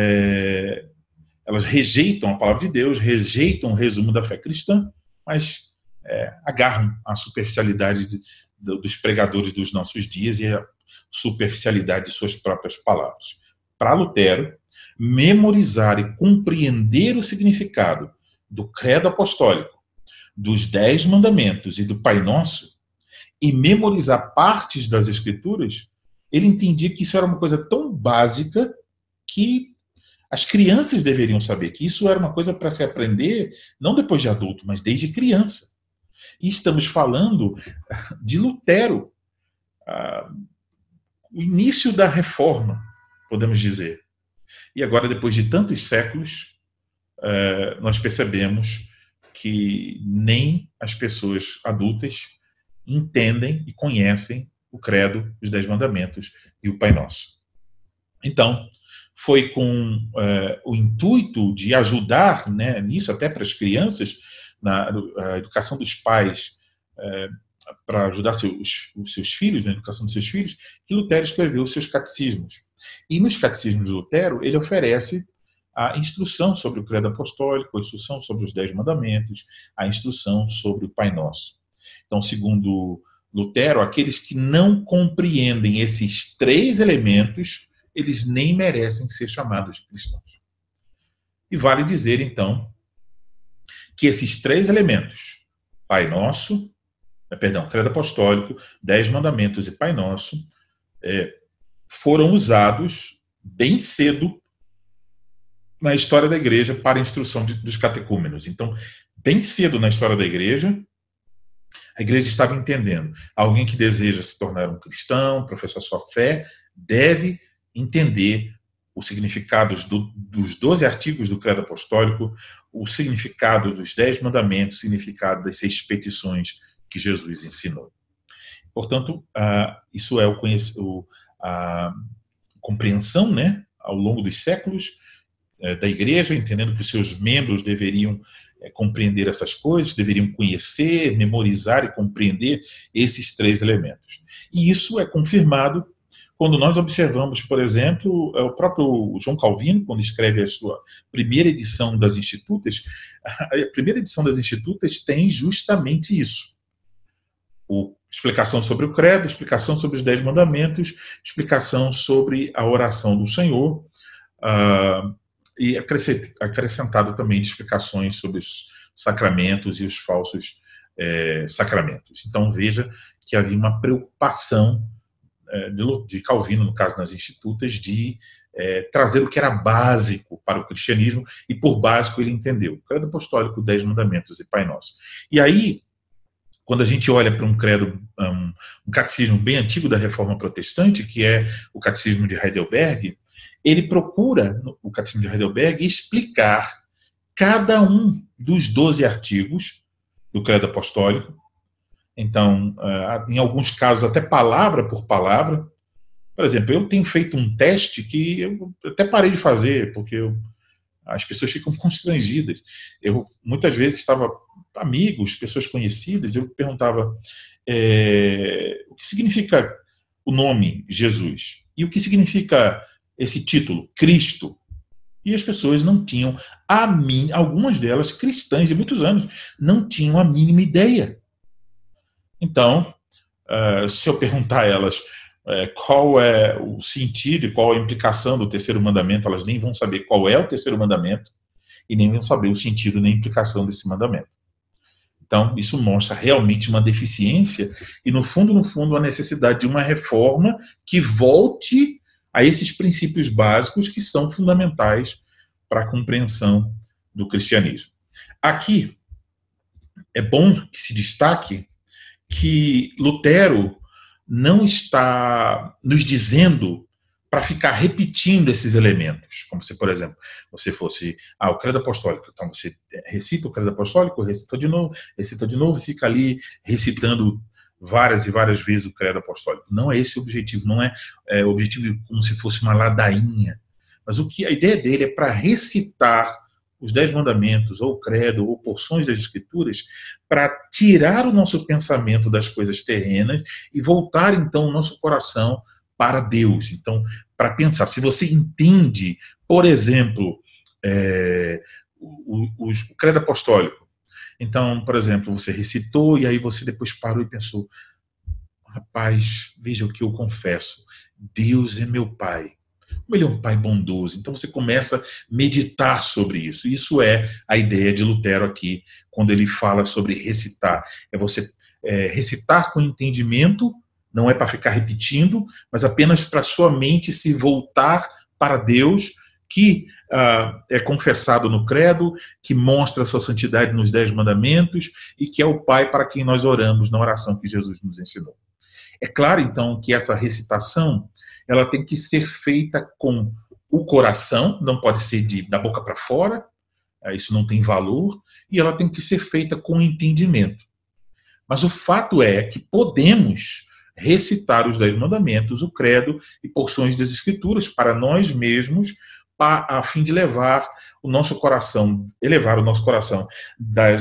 elas rejeitam a palavra de Deus, rejeitam o resumo da fé cristã, mas agarram a superficialidade dos pregadores dos nossos dias e a superficialidade de suas próprias palavras. Para Lutero, memorizar e compreender o significado do credo apostólico, dos 10 mandamentos e do Pai Nosso, e memorizar partes das Escrituras, ele entendia que isso era uma coisa tão básica que as crianças deveriam saber, que isso era uma coisa para se aprender, não depois de adulto, mas desde criança. E estamos falando de Lutero, o início da Reforma, podemos dizer. E agora, depois de tantos séculos, nós percebemos que nem as pessoas adultas entendem e conhecem o credo, os 10 mandamentos e o Pai Nosso. Então, foi com o intuito de ajudar, né, nisso, até para as crianças, na educação dos pais, para ajudar os seus filhos, na educação dos seus filhos, que Lutero escreveu os seus catecismos. E nos catecismos de Lutero, ele oferece a instrução sobre o credo apostólico, a instrução sobre os 10 mandamentos, a instrução sobre o Pai Nosso. Então, segundo Lutero, aqueles que não compreendem esses 3 elementos, eles nem merecem ser chamados de cristãos. E vale dizer, então, que esses 3 elementos, Pai Nosso, credo apostólico, 10 mandamentos e Pai Nosso, foram usados bem cedo na história da igreja para a instrução dos catecúmenos. Então, bem cedo na história da igreja, a igreja estava entendendo. Alguém que deseja se tornar um cristão, professar sua fé, deve entender os significados dos 12 artigos do credo apostólico, o significado dos 10 mandamentos, o significado das 6 petições que Jesus ensinou. Portanto, isso é a compreensão, né, ao longo dos séculos, da igreja, entendendo que os seus membros deveriam compreender essas coisas, deveriam conhecer, memorizar e compreender esses 3 elementos. E isso é confirmado quando nós observamos, por exemplo, o próprio João Calvino, quando escreve a sua primeira edição das Institutas, a primeira edição das Institutas tem justamente isso. Explicação sobre o credo, explicação sobre os 10 mandamentos, explicação sobre a oração do Senhor, e acrescentado também de explicações sobre os sacramentos e os falsos sacramentos. Então veja que havia uma preocupação de Calvino, no caso nas Institutas, de trazer o que era básico para o cristianismo, e por básico ele entendeu o credo apostólico, 10 mandamentos e Pai Nosso. E aí, quando a gente olha para um credo, um catecismo bem antigo da Reforma Protestante, que é o Catecismo de Heidelberg, ele procura, o Catecismo de Heidelberg, explicar cada um dos 12 artigos do credo apostólico. Então, em alguns casos, até palavra por palavra. Por exemplo, eu tenho feito um teste que eu até parei de fazer, porque as pessoas ficam constrangidas. Eu, muitas vezes, amigos, pessoas conhecidas, eu perguntava o que significa o nome Jesus? E o que significa esse título, Cristo? E as pessoas não tinham algumas delas, cristãs de muitos anos, não tinham a mínima ideia. Então, se eu perguntar a elas qual é o sentido e qual a implicação do terceiro mandamento. Elas nem vão saber qual é o terceiro mandamento e nem vão saber o sentido nem a implicação desse mandamento. Então, isso mostra realmente uma deficiência e, no fundo, a necessidade de uma reforma que volte a esses princípios básicos que são fundamentais para a compreensão do cristianismo. Aqui, é bom que se destaque que Lutero não está nos dizendo para ficar repetindo esses elementos, como se, por exemplo, você fosse o credo apostólico, então você recita o credo apostólico, recita de novo, e fica ali recitando várias e várias vezes o credo apostólico. Não é esse o objetivo, não é o objetivo como se fosse uma ladainha, mas a ideia dele é para recitar os 10 mandamentos, ou o credo, ou porções das escrituras, para tirar o nosso pensamento das coisas terrenas e voltar, então, o nosso coração para Deus. Então, para pensar, se você entende, por exemplo, o credo apostólico, então, por exemplo, você recitou e aí você depois parou e pensou, rapaz, veja o que eu confesso, Deus é meu Pai. Como ele é um pai bondoso. Então você começa a meditar sobre isso. Isso é a ideia de Lutero aqui, quando ele fala sobre recitar. É você recitar com entendimento, não é para ficar repetindo, mas apenas para sua mente se voltar para Deus, que é confessado no credo, que mostra a sua santidade nos 10 mandamentos e que é o Pai para quem nós oramos na oração que Jesus nos ensinou. É claro, então, que essa recitação ela tem que ser feita com o coração, não pode ser da boca para fora, isso não tem valor, e ela tem que ser feita com entendimento. Mas o fato é que podemos recitar os 10 mandamentos, o credo e porções das escrituras para nós mesmos, a fim de elevar o nosso coração das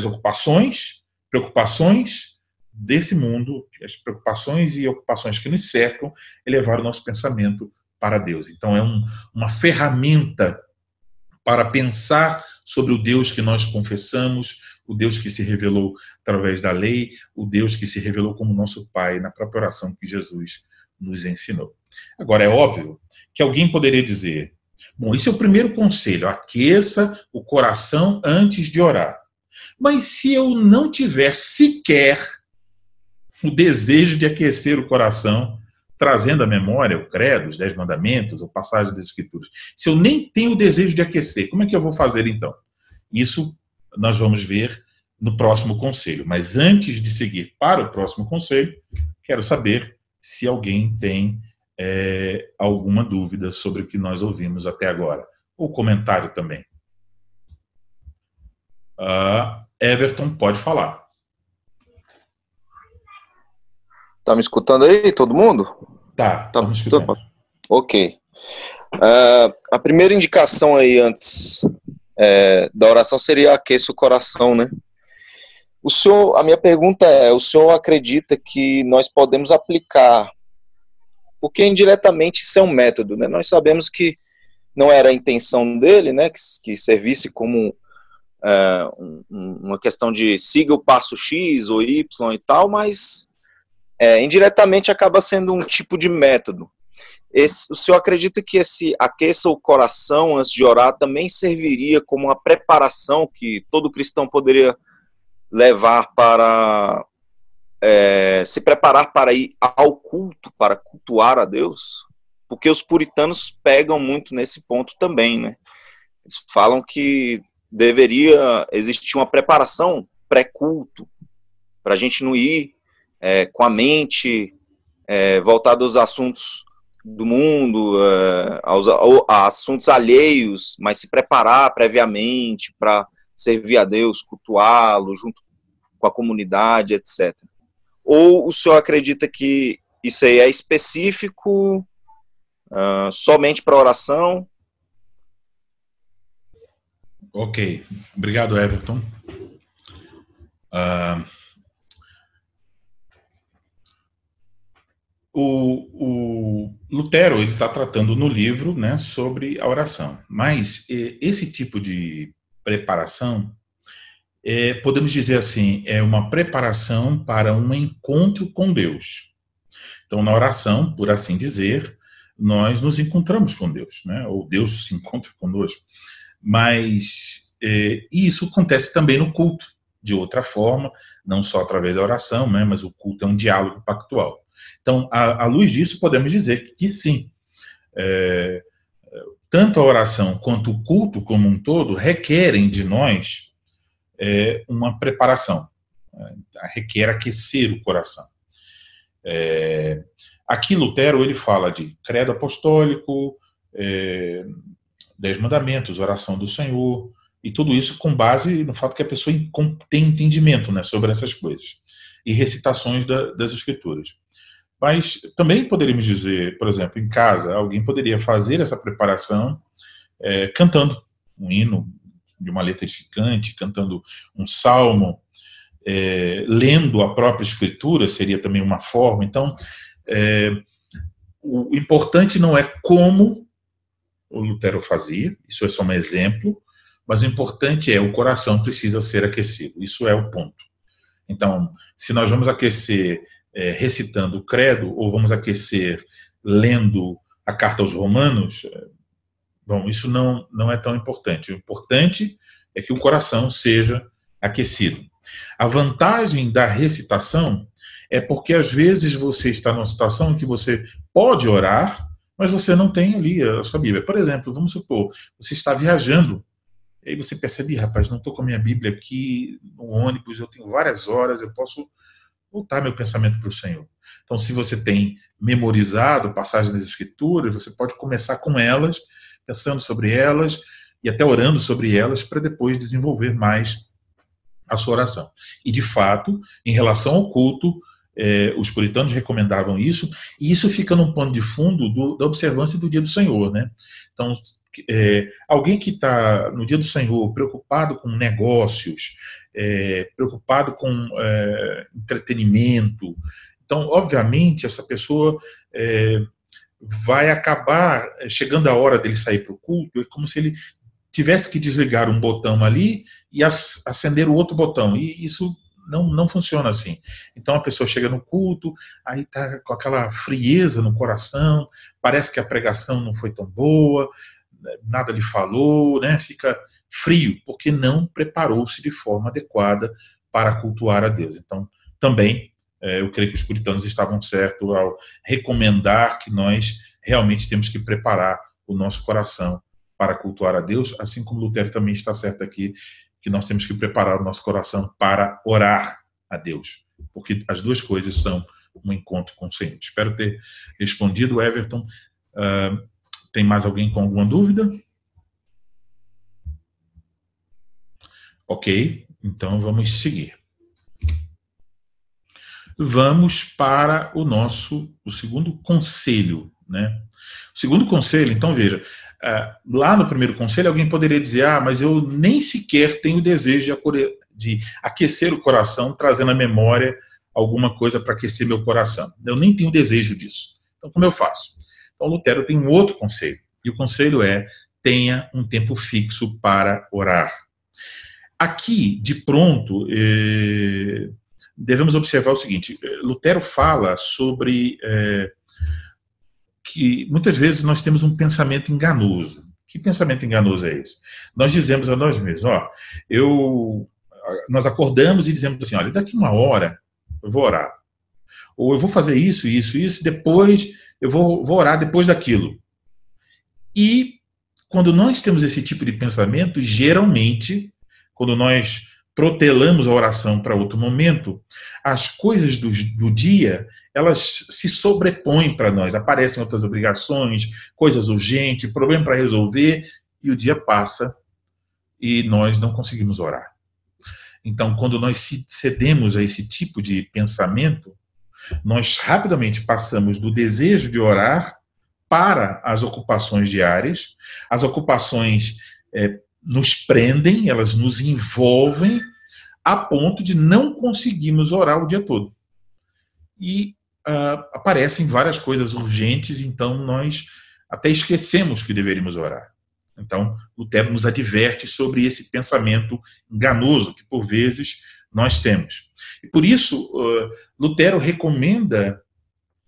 preocupações desse mundo, as preocupações e ocupações que nos cercam, elevar o nosso pensamento para Deus. Então é uma ferramenta para pensar sobre o Deus que nós confessamos, o Deus que se revelou através da lei, o Deus que se revelou como nosso Pai na própria oração que Jesus nos ensinou. Agora, é óbvio que alguém poderia dizer, bom, esse é o primeiro conselho, aqueça o coração antes de orar. Mas se eu não tiver sequer o desejo de aquecer o coração, trazendo à memória o credo, os 10 mandamentos, ou passagem das escrituras. Se eu nem tenho o desejo de aquecer, como é que eu vou fazer então? Isso nós vamos ver no próximo conselho. Mas antes de seguir para o próximo conselho, quero saber se alguém tem alguma dúvida sobre o que nós ouvimos até agora. Ou comentário também. Everton, pode falar. Tá me escutando aí, todo mundo? Tá me escutando. Ok. A primeira indicação aí antes da oração seria aqueça o coração, né? A minha pergunta é, o senhor acredita que nós podemos aplicar, porque indiretamente isso é um método, né? Nós sabemos que não era a intenção dele, né? Que servisse como uma questão de siga o passo X ou Y e tal, mas indiretamente acaba sendo um tipo de método. O senhor acredita que esse aqueça o coração antes de orar também serviria como uma preparação que todo cristão poderia levar para se preparar para ir ao culto, para cultuar a Deus? Porque os puritanos pegam muito nesse ponto também, né? Eles falam que deveria existir uma preparação pré-culto, para a gente não ir com a mente voltada aos assuntos do mundo, a assuntos alheios, mas se preparar previamente para servir a Deus, cultuá-lo junto com a comunidade, etc. Ou o senhor acredita que isso aí é específico somente para oração? Ok, obrigado, Everton. O Lutero está tratando no livro, né, sobre a oração, mas esse tipo de preparação, podemos dizer assim, é uma preparação para um encontro com Deus. Então, na oração, por assim dizer, nós nos encontramos com Deus, né? Ou Deus se encontra conosco. Mas isso acontece também no culto, de outra forma, não só através da oração, né? Mas o culto é um diálogo pactual. Então, à luz disso, podemos dizer que sim, tanto a oração quanto o culto como um todo requerem de nós uma preparação, requer aquecer o coração. Aqui Lutero ele fala de credo apostólico, 10 mandamentos, oração do Senhor, e tudo isso com base no fato que a pessoa tem entendimento, né, sobre essas coisas, e recitações das Escrituras. Mas também poderíamos dizer, por exemplo, em casa, alguém poderia fazer essa preparação cantando um hino de uma letra edificante, cantando um salmo, lendo a própria Escritura seria também uma forma. Então, o importante não é como o Lutero fazia, isso é só um exemplo, mas o importante o coração precisa ser aquecido, isso é o ponto. Então, se nós vamos aquecer recitando o credo, ou vamos aquecer lendo a carta aos Romanos, bom, isso não é tão importante. O importante é que o coração seja aquecido. A vantagem da recitação é porque, às vezes, você está numa situação em que você pode orar, mas você não tem ali a sua Bíblia. Por exemplo, vamos supor, você está viajando, e aí você percebe, rapaz, não estou com a minha Bíblia aqui no ônibus, eu tenho várias horas, eu posso voltar meu pensamento para o Senhor. Então, se você tem memorizado passagens das Escrituras, você pode começar com elas, pensando sobre elas e até orando sobre elas, para depois desenvolver mais a sua oração. E, de fato, em relação ao culto, os puritanos recomendavam isso, e isso fica num pano de fundo da observância do dia do Senhor, né? Então, alguém que está no dia do Senhor preocupado com negócios, preocupado com entretenimento, então, obviamente, essa pessoa vai acabar chegando a hora dele sair para o culto, é como se ele tivesse que desligar um botão ali e acender o outro botão, e isso não funciona assim. Então a pessoa chega no culto, aí está com aquela frieza no coração, parece que a pregação não foi tão boa, nada lhe falou, né? Fica frio, porque não preparou-se de forma adequada para cultuar a Deus. Então, também, eu creio que os puritanos estavam certos ao recomendar que nós realmente temos que preparar o nosso coração para cultuar a Deus, assim como Lutero também está certo aqui, que nós temos que preparar o nosso coração para orar a Deus, porque as duas coisas são um encontro com o Senhor. Espero ter respondido, Everton. Tem mais alguém com alguma dúvida? Ok, então vamos seguir. Vamos para o segundo conselho, né? O segundo conselho, então veja, lá no primeiro conselho alguém poderia dizer, mas eu nem sequer tenho desejo de aquecer o coração, trazendo à memória alguma coisa para aquecer meu coração. Eu nem tenho desejo disso. Então, como eu faço? Então, Lutero tem um outro conselho, e o conselho tenha um tempo fixo para orar. Aqui, de pronto, devemos observar o seguinte, Lutero fala sobre que muitas vezes nós temos um pensamento enganoso. Que pensamento enganoso é esse? Nós dizemos a nós mesmos, nós acordamos e dizemos assim, olha, daqui uma hora eu vou orar. Ou eu vou fazer isso, depois eu vou orar depois daquilo. E quando nós temos esse tipo de pensamento, geralmente, quando nós protelamos a oração para outro momento, as coisas do dia, elas se sobrepõem para nós, aparecem outras obrigações, coisas urgentes, problema para resolver, e o dia passa e nós não conseguimos orar. Então, quando nós cedemos a esse tipo de pensamento, nós rapidamente passamos do desejo de orar para as ocupações diárias. As ocupações nos prendem, elas nos envolvem a ponto de não conseguirmos orar o dia todo. E aparecem várias coisas urgentes, então nós até esquecemos que deveríamos orar. Então, Lutero nos adverte sobre esse pensamento enganoso que, por vezes, nós temos. E por isso, Lutero recomenda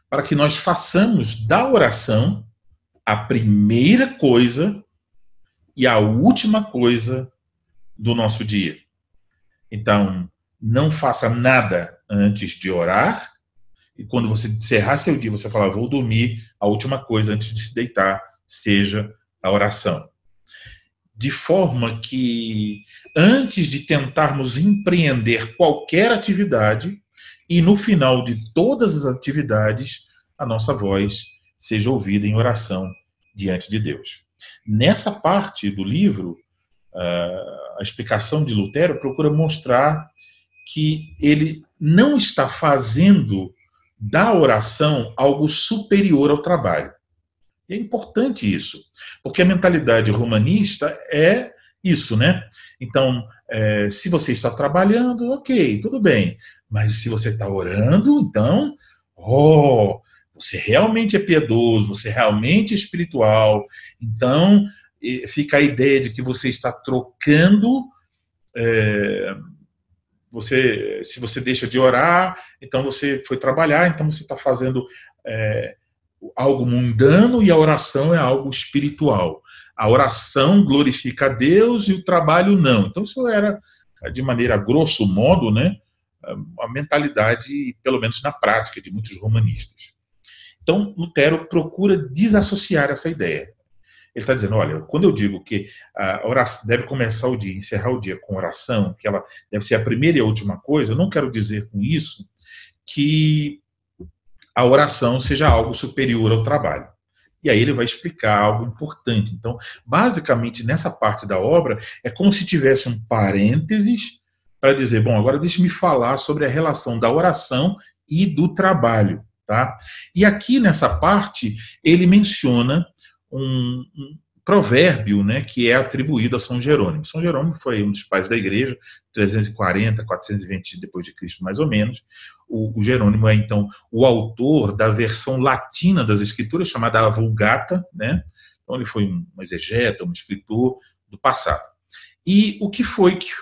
para que nós façamos da oração a primeira coisa e a última coisa do nosso dia. Então, não faça nada antes de orar, e quando você encerrar seu dia, você falar, vou dormir, a última coisa antes de se deitar seja a oração. De forma que, antes de tentarmos empreender qualquer atividade, e no final de todas as atividades, a nossa voz seja ouvida em oração diante de Deus. Nessa parte do livro, a explicação de Lutero procura mostrar que ele não está fazendo da oração algo superior ao trabalho. E é importante isso, porque a mentalidade romanista é isso, né? Então, se você está trabalhando, ok, tudo bem. Mas se você está orando, então, você realmente é piedoso, você realmente é espiritual. Então, fica a ideia de que você está trocando. Se você deixa de orar, então você foi trabalhar, então você está fazendo algo mundano e a oração é algo espiritual. A oração glorifica a Deus e o trabalho não. Então isso era, de maneira grosso modo, né, a mentalidade, pelo menos na prática, de muitos romanistas. Então Lutero procura desassociar essa ideia. Ele está dizendo, olha, quando eu digo que a oração deve começar o dia, encerrar o dia com oração, que ela deve ser a primeira e a última coisa, eu não quero dizer com isso que a oração seja algo superior ao trabalho. E aí ele vai explicar algo importante. Então, basicamente, nessa parte da obra, é como se tivesse um parênteses para dizer, bom, agora deixe-me falar sobre a relação da oração e do trabalho. Tá? E aqui, nessa parte, ele menciona um provérbio, né, que é atribuído a São Jerônimo. São Jerônimo foi um dos pais da igreja, 340, 420 depois de Cristo, mais ou menos. O Jerônimo é, então, o autor da versão latina das Escrituras, chamada Vulgata, né? Então, ele foi um exegeta, um escritor do passado. E o que foi que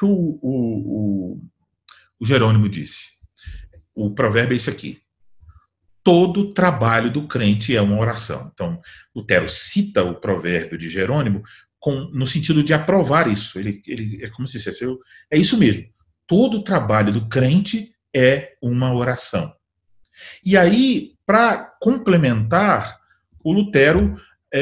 o Jerônimo disse? O provérbio é esse aqui. Todo trabalho do crente é uma oração. Então, Lutero cita o provérbio de Jerônimo no sentido de aprovar isso. Ele é como se dissesse, é isso mesmo. Todo trabalho do crente é uma oração. E aí, para complementar, o Lutero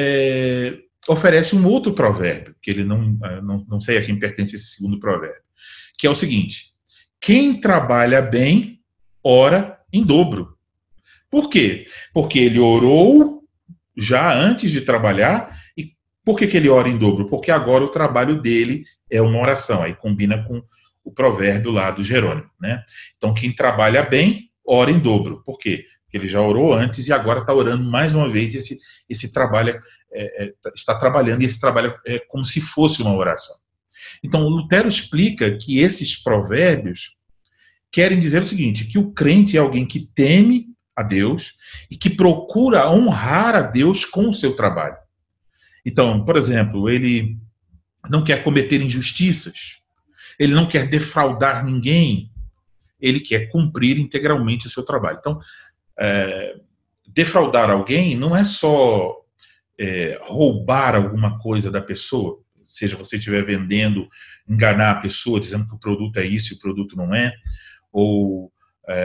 oferece um outro provérbio, que ele não sei a quem pertence esse segundo provérbio, que é o seguinte: quem trabalha bem, ora em dobro. Por quê? Porque ele orou já antes de trabalhar. E por que ele ora em dobro? Porque agora o trabalho dele é uma oração. Aí combina com o provérbio lá do Jerônimo, né? Então, quem trabalha bem, ora em dobro. Por quê? Porque ele já orou antes e agora está orando mais uma vez. Esse trabalho está trabalhando, e esse trabalho é como se fosse uma oração. Então, o Lutero explica que esses provérbios querem dizer o seguinte, que o crente é alguém que teme a Deus e que procura honrar a Deus com o seu trabalho. Então, por exemplo, ele não quer cometer injustiças, ele não quer defraudar ninguém, ele quer cumprir integralmente o seu trabalho. Então, defraudar alguém não é só roubar alguma coisa da pessoa, seja você estiver vendendo, enganar a pessoa dizendo que o produto é isso e o produto não é, ou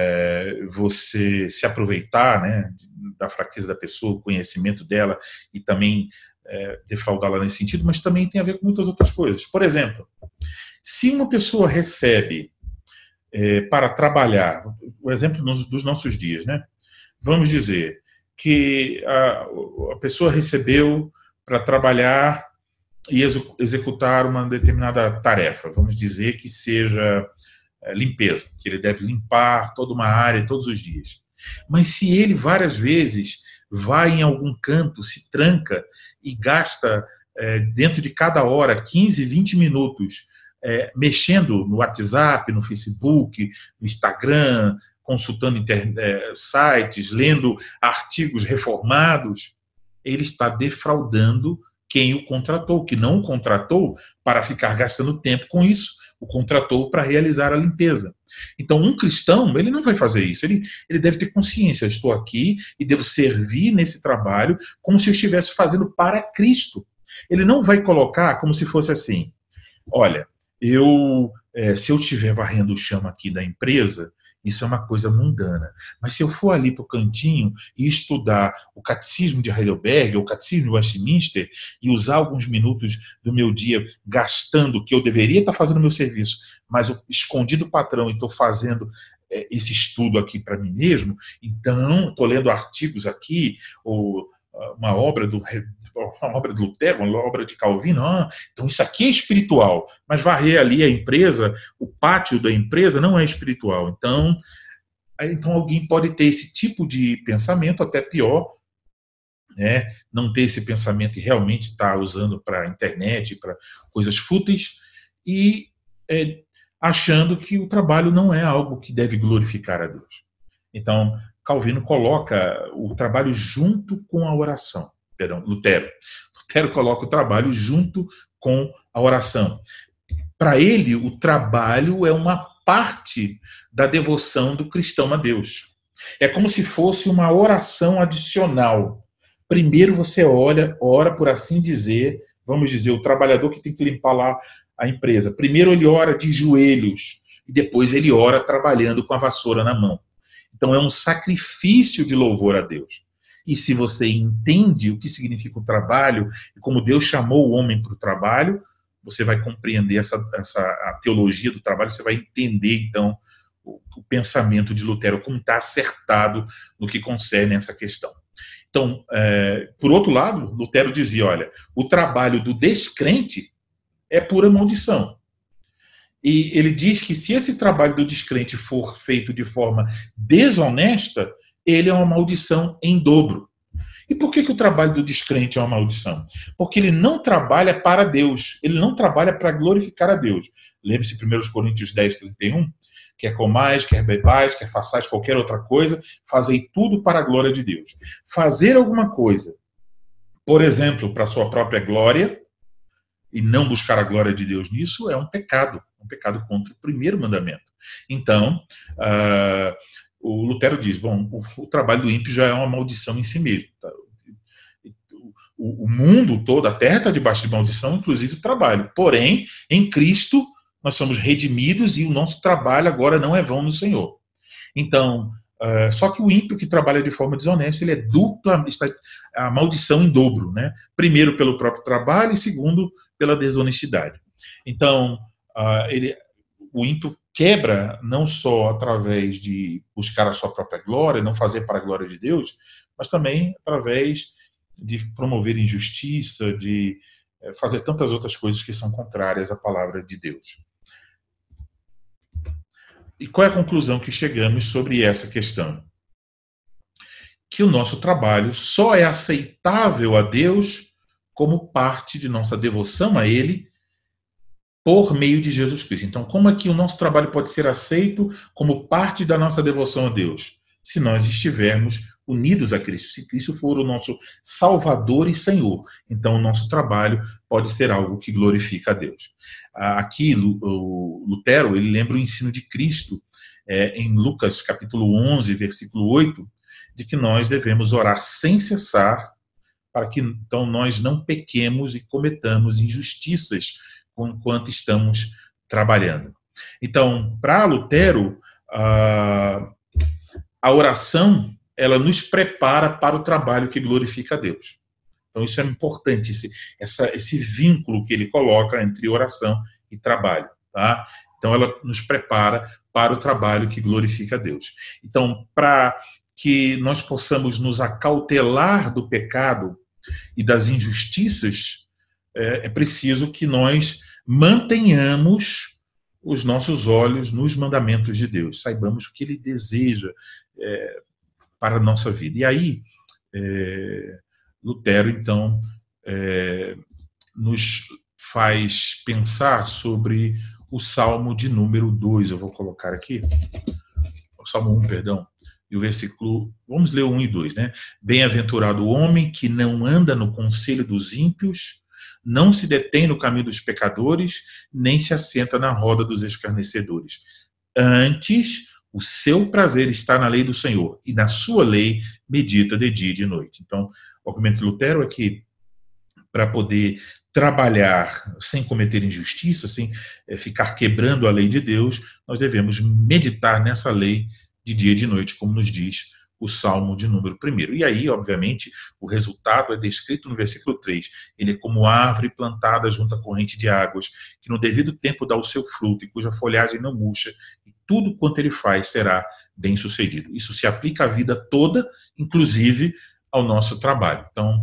você se aproveitar, né, da fraqueza da pessoa, o conhecimento dela e também defraudá-la nesse sentido, mas também tem a ver com muitas outras coisas. Por exemplo, se uma pessoa recebe para trabalhar, o exemplo dos nossos dias, né? Vamos dizer que a pessoa recebeu para trabalhar e executar uma determinada tarefa, vamos dizer que seja limpeza, que ele deve limpar toda uma área todos os dias. Mas se ele várias vezes vai em algum canto, se tranca e gasta dentro de cada hora 15, 20 minutos mexendo no WhatsApp, no Facebook, no Instagram, consultando sites, lendo artigos reformados, ele está defraudando quem o contratou, que não o contratou para ficar gastando tempo com isso, o contratou para realizar a limpeza. Então, um cristão, ele não vai fazer isso. Ele deve ter consciência, eu estou aqui e devo servir nesse trabalho como se eu estivesse fazendo para Cristo. Ele não vai colocar como se fosse assim, olha, se eu estiver varrendo o chão aqui da empresa, isso é uma coisa mundana. Mas se eu for ali para o cantinho e estudar o Catecismo de Heidelberg, ou o Catecismo de Westminster, e usar alguns minutos do meu dia gastando, que eu deveria estar fazendo o meu serviço, mas eu escondi do patrão e estou fazendo esse estudo aqui para mim mesmo, então estou lendo artigos aqui, ou uma obra do Lutero, uma obra de Calvino, então isso aqui é espiritual, mas varrer ali a empresa, o pátio da empresa não é espiritual. Então alguém pode ter esse tipo de pensamento, até pior, né? Não ter esse pensamento e realmente estar usando para a internet, para coisas fúteis, e achando que o trabalho não é algo que deve glorificar a Deus. Então, Calvino coloca o trabalho junto com a oração. Lutero coloca o trabalho junto com a oração. Para ele, o trabalho é uma parte da devoção do cristão a Deus. É como se fosse uma oração adicional. Primeiro você ora por assim dizer, vamos dizer, o trabalhador que tem que limpar lá a empresa. Primeiro ele ora de joelhos e depois ele ora trabalhando com a vassoura na mão. Então é um sacrifício de louvor a Deus. E se você entende o que significa o trabalho e como Deus chamou o homem para o trabalho, você vai compreender a teologia do trabalho, você vai entender, então, o pensamento de Lutero, como está acertado no que concerne essa questão. Então, por outro lado, Lutero dizia, olha, o trabalho do descrente é pura maldição. E ele diz que se esse trabalho do descrente for feito de forma desonesta, ele é uma maldição em dobro. E por que o trabalho do descrente é uma maldição? Porque ele não trabalha para Deus, ele não trabalha para glorificar a Deus. Lembre-se, 1 Coríntios 10, 31, quer comais, quer bebais, quer façais qualquer outra coisa, fazei tudo para a glória de Deus. Fazer alguma coisa, por exemplo, para a sua própria glória, e não buscar a glória de Deus nisso, é um pecado contra o primeiro mandamento. Então, o Lutero diz, bom, o trabalho do ímpio já é uma maldição em si mesmo. Tá? O mundo todo, a terra está debaixo de maldição, inclusive o trabalho. Porém, em Cristo, nós somos redimidos e o nosso trabalho agora não é vão no Senhor. Então, só que o ímpio que trabalha de forma desonesta, ele é dupla, a maldição em dobro, né? Primeiro pelo próprio trabalho e segundo pela desonestidade. Então, o ímpio quebra não só através de buscar a sua própria glória, não fazer para a glória de Deus, mas também através de promover injustiça, de fazer tantas outras coisas que são contrárias à palavra de Deus. E qual é a conclusão que chegamos sobre essa questão? Que o nosso trabalho só é aceitável a Deus como parte de nossa devoção a Ele por meio de Jesus Cristo. Então, como é que o nosso trabalho pode ser aceito como parte da nossa devoção a Deus? Se nós estivermos unidos a Cristo, se Cristo for o nosso Salvador e Senhor. Então, o nosso trabalho pode ser algo que glorifica a Deus. Aqui, o Lutero, ele lembra o ensino de Cristo em Lucas, capítulo 11, versículo 8, de que nós devemos orar sem cessar, para que, então, nós não pequemos e cometamos injustiças enquanto estamos trabalhando. Então, para Lutero, a oração, ela nos prepara para o trabalho que glorifica a Deus. Então, isso é importante, esse vínculo que ele coloca entre oração e trabalho. Tá? Então, ela nos prepara para o trabalho que glorifica a Deus. Então, para que nós possamos nos acautelar do pecado e das injustiças, é preciso que nós mantenhamos os nossos olhos nos mandamentos de Deus, saibamos o que Ele deseja para a nossa vida. E aí, Lutero, então, nos faz pensar sobre o Salmo de número 2, eu vou colocar aqui, o Salmo 1, perdão, e o versículo, vamos ler o 1 e 2, né? Bem-aventurado o homem que não anda no conselho dos ímpios, não se detém no caminho dos pecadores, nem se assenta na roda dos escarnecedores. Antes, o seu prazer está na lei do Senhor, e na sua lei medita de dia e de noite. Então, o argumento de Lutero é que, para poder trabalhar sem cometer injustiça, sem ficar quebrando a lei de Deus, nós devemos meditar nessa lei de dia e de noite, como nos diz o Salmo de número 1. E aí, obviamente, o resultado é descrito no versículo 3. Ele é como árvore plantada junto à corrente de águas, que no devido tempo dá o seu fruto e cuja folhagem não murcha, e tudo quanto ele faz será bem sucedido. Isso se aplica à vida toda, inclusive ao nosso trabalho. Então,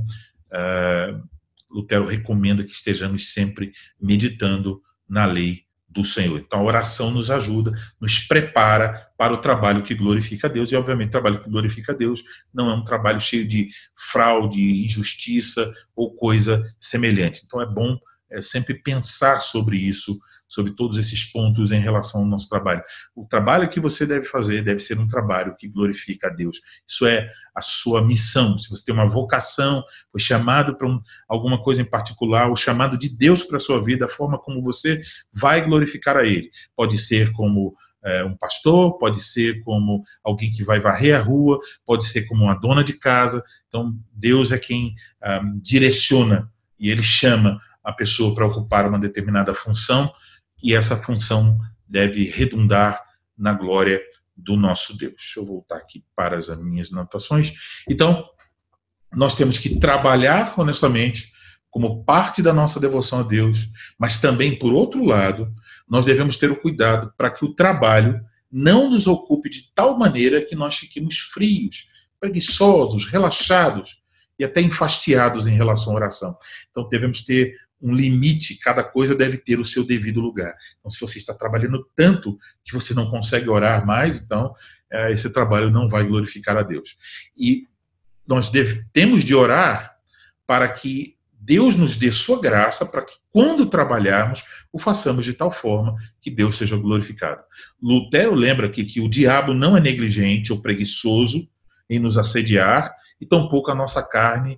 Lutero recomenda que estejamos sempre meditando na lei do Senhor. Então, a oração nos ajuda, nos prepara para o trabalho que glorifica a Deus, e, obviamente, o trabalho que glorifica a Deus não é um trabalho cheio de fraude, injustiça ou coisa semelhante. Então, é bom sempre pensar sobre isso, sobre todos esses pontos em relação ao nosso trabalho. O trabalho que você deve fazer deve ser um trabalho que glorifica a Deus. Isso é a sua missão. Se você tem uma vocação, foi chamado para alguma coisa em particular, o chamado de Deus para a sua vida, a forma como você vai glorificar a Ele. Pode ser como um pastor, pode ser como alguém que vai varrer a rua, pode ser como uma dona de casa. Então, Deus é quem direciona e Ele chama a pessoa para ocupar uma determinada função, e essa função deve redundar na glória do nosso Deus. Deixa eu voltar aqui para as minhas anotações. Então, nós temos que trabalhar honestamente como parte da nossa devoção a Deus, mas também, por outro lado, nós devemos ter o cuidado para que o trabalho não nos ocupe de tal maneira que nós fiquemos frios, preguiçosos, relaxados e até enfastiados em relação à oração. Então, devemos ter um limite, cada coisa deve ter o seu devido lugar. Então, se você está trabalhando tanto que você não consegue orar mais, então esse trabalho não vai glorificar a Deus. E nós temos de orar para que Deus nos dê sua graça, para que quando trabalharmos, o façamos de tal forma que Deus seja glorificado. Lutero lembra aqui que o diabo não é negligente ou preguiçoso em nos assediar, e tampouco a nossa carne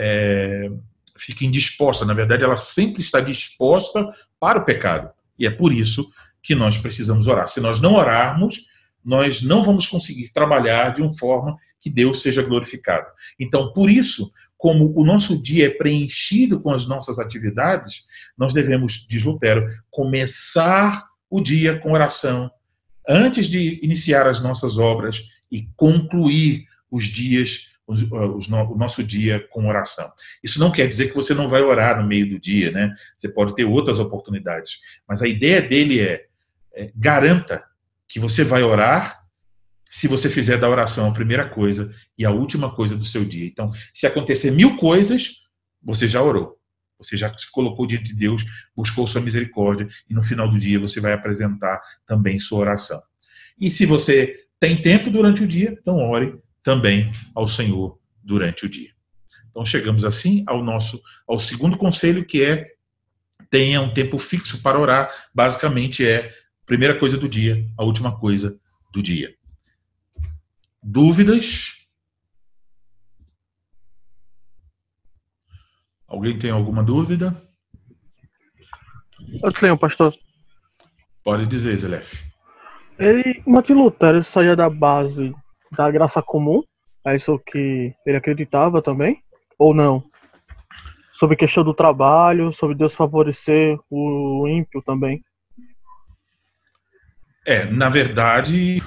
fica indisposta. Na verdade, ela sempre está disposta para o pecado. E é por isso que nós precisamos orar. Se nós não orarmos, nós não vamos conseguir trabalhar de uma forma que Deus seja glorificado. Então, por isso, como o nosso dia é preenchido com as nossas atividades, nós devemos, diz Lutero, começar o dia com oração, antes de iniciar as nossas obras, e concluir os dias o nosso dia com oração. Isso não quer dizer que você não vai orar no meio do dia, né? Você pode ter outras oportunidades, mas a ideia dele garanta que você vai orar se você fizer da oração a primeira coisa e a última coisa do seu dia. Então, se acontecer 1000 coisas, você já orou. Você já se colocou diante de Deus, buscou sua misericórdia, e no final do dia você vai apresentar também sua oração. E se você tem tempo durante o dia, então ore também ao Senhor durante o dia. Então chegamos assim ao segundo conselho, que tenha um tempo fixo para orar. Basicamente a primeira coisa do dia, a última coisa do dia. Dúvidas? Alguém tem alguma dúvida? Eu tenho, pastor. Pode dizer, Zelef. Martin Lutero saía da base da graça comum? É isso que ele acreditava também? Ou não? Sobre a questão do trabalho, sobre Deus favorecer o ímpio também? Na verdade,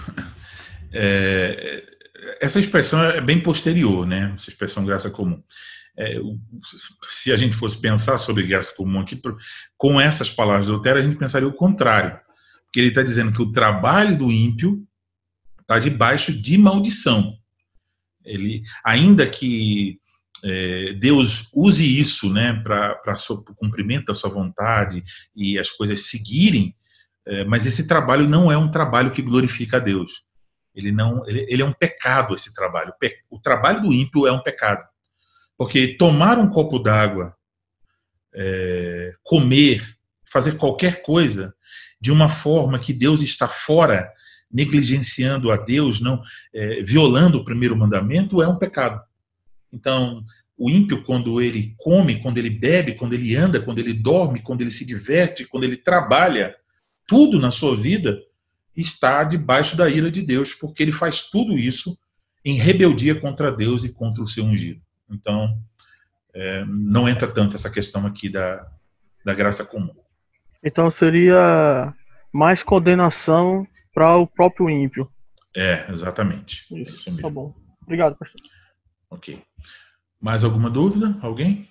essa expressão é bem posterior, né? Essa expressão graça comum. Se a gente fosse pensar sobre graça comum aqui, com essas palavras de Lutero, a gente pensaria o contrário. Porque ele está dizendo que o trabalho do ímpio está debaixo de maldição. Ainda que Deus use isso, né, para o cumprimento da sua vontade e as coisas seguirem, mas esse trabalho não é um trabalho que glorifica a Deus. Ele é um pecado, esse trabalho. O trabalho do ímpio é um pecado. Porque tomar um copo d'água, comer, fazer qualquer coisa de uma forma que Deus está fora, negligenciando a Deus, não violando o primeiro mandamento, é um pecado. Então, o ímpio, quando ele come, quando ele bebe, quando ele anda, quando ele dorme, quando ele se diverte, quando ele trabalha, tudo na sua vida, está debaixo da ira de Deus, porque ele faz tudo isso em rebeldia contra Deus e contra o seu ungido. Então, não entra tanto essa questão aqui da graça comum. Então seria mais condenação para o próprio ímpio. Exatamente. Isso tá bom. Obrigado, pastor. Ok. Mais alguma dúvida? Alguém?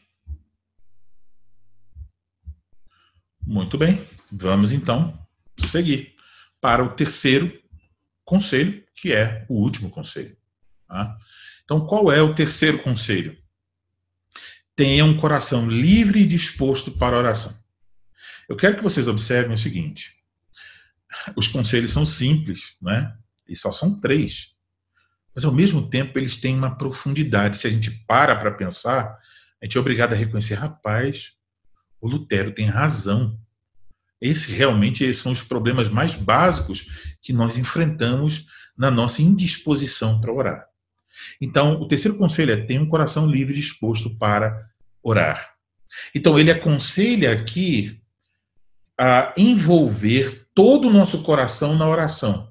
Muito bem. Vamos então seguir para o terceiro conselho, que é o último conselho. Tá? Então, qual é o terceiro conselho? Tenha um coração livre e disposto para a oração. Eu quero que vocês observem o seguinte. Os conselhos são simples, né? E só são 3. Mas, ao mesmo tempo, eles têm uma profundidade. Se a gente para pensar, a gente é obrigado a reconhecer, rapaz, o Lutero tem razão. Esses realmente são os problemas mais básicos que nós enfrentamos na nossa indisposição para orar. Então, o terceiro conselho é ter um coração livre e disposto para orar. Então, ele aconselha aqui a envolver todo o nosso coração na oração.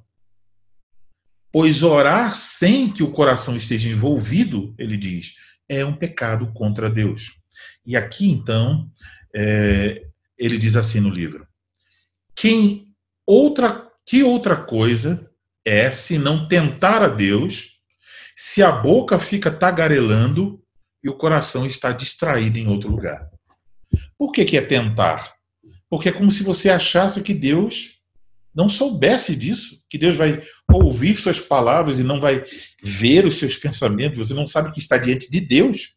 Pois orar sem que o coração esteja envolvido, ele diz, é um pecado contra Deus. E aqui, então, ele diz assim no livro, que outra coisa é, se não tentar a Deus, se a boca fica tagarelando e o coração está distraído em outro lugar. Por que é tentar? Porque é como se você achasse que Deus não soubesse disso, que Deus vai ouvir suas palavras e não vai ver os seus pensamentos, você não sabe que está diante de Deus.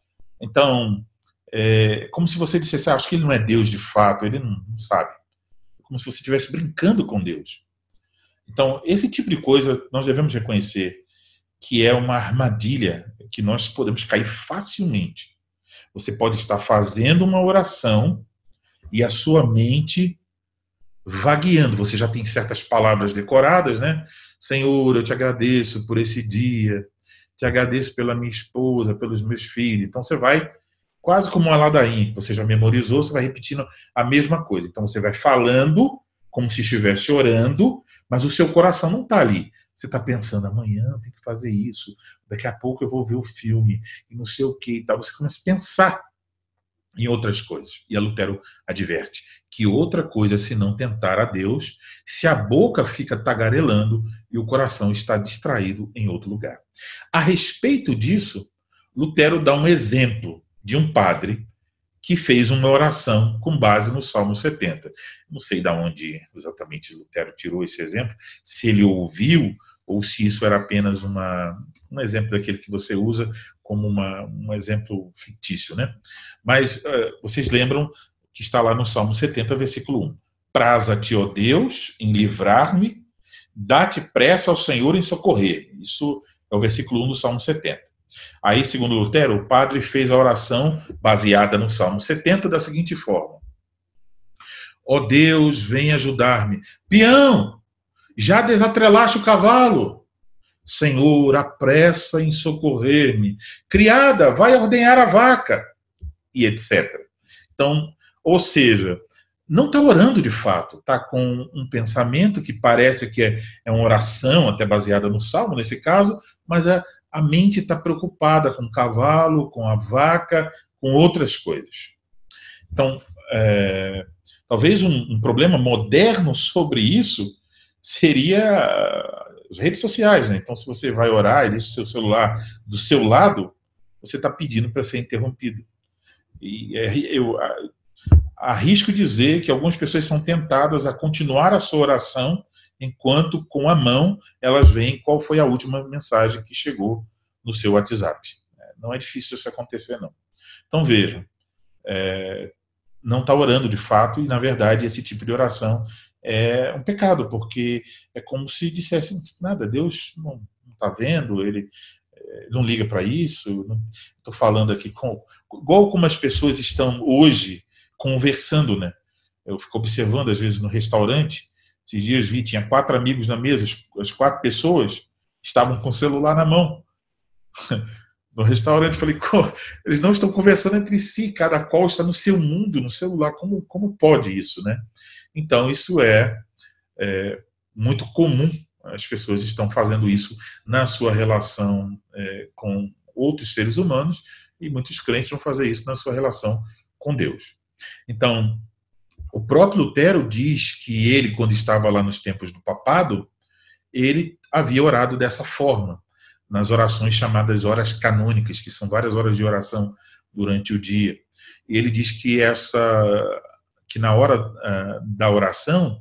Então, é como se você dissesse, acho que ele não é Deus de fato, ele não sabe. É como se você estivesse brincando com Deus. Então, esse tipo de coisa nós devemos reconhecer que é uma armadilha que nós podemos cair facilmente. Você pode estar fazendo uma oração e a sua mente vagueando. Você já tem certas palavras decoradas, né? Senhor, eu te agradeço por esse dia, te agradeço pela minha esposa, pelos meus filhos. Então você vai, quase como uma ladainha, que você já memorizou, você vai repetindo a mesma coisa. Então você vai falando como se estivesse orando, mas o seu coração não está ali. Você está pensando, amanhã eu tenho que fazer isso, daqui a pouco eu vou ver o filme, e não sei o que e tal. Você começa a pensar em outras coisas. E a Lutero adverte que outra coisa se não tentar a Deus, se a boca fica tagarelando e o coração está distraído em outro lugar. A respeito disso, Lutero dá um exemplo de um padre que fez uma oração com base no Salmo 70. Não sei de onde exatamente Lutero tirou esse exemplo, se ele ouviu ou se isso era apenas um exemplo daquele que você usa como um exemplo fictício, né? Mas vocês lembram que está lá no Salmo 70, versículo 1. Praza-te, ó Deus, em livrar-me, dá-te pressa ao Senhor em socorrer. Isso é o versículo 1 do Salmo 70. Aí, segundo Lutero, o padre fez a oração baseada no Salmo 70 da seguinte forma. Ó Deus, vem ajudar-me. Peão, já desatrelaste o cavalo? Senhor, apressa em socorrer-me. Criada, vai ordenhar a vaca. E etc. Então, ou seja, não está orando de fato, está com um pensamento que parece que é uma oração, até baseada no Salmo, nesse caso, mas a mente está preocupada com o cavalo, com a vaca, com outras coisas. Então, talvez um problema moderno sobre isso seria as redes sociais, né? Então, se você vai orar e deixa o seu celular do seu lado, você está pedindo para ser interrompido. E eu arrisco dizer que algumas pessoas são tentadas a continuar a sua oração enquanto, com a mão, elas veem qual foi a última mensagem que chegou no seu WhatsApp. Não é difícil isso acontecer, não. Então, vejam, não está orando de fato e, na verdade, esse tipo de oração é um pecado, porque é como se dissessem nada, Deus não está vendo, ele não liga para isso. Estou falando aqui igual como as pessoas estão hoje conversando, né? Eu fico observando, às vezes, no restaurante, esses dias tinha 4 amigos na mesa, as 4 pessoas estavam com o celular na mão. No restaurante, falei, eles não estão conversando entre si, cada qual está no seu mundo, no celular, como pode isso, né? Então, isso é muito comum, as pessoas estão fazendo isso na sua relação com outros seres humanos, e muitos crentes vão fazer isso na sua relação com Deus. Então, o próprio Lutero diz que ele, quando estava lá nos tempos do papado, ele havia orado dessa forma, nas orações chamadas horas canônicas, que são várias horas de oração durante o dia. E ele diz que na hora da oração,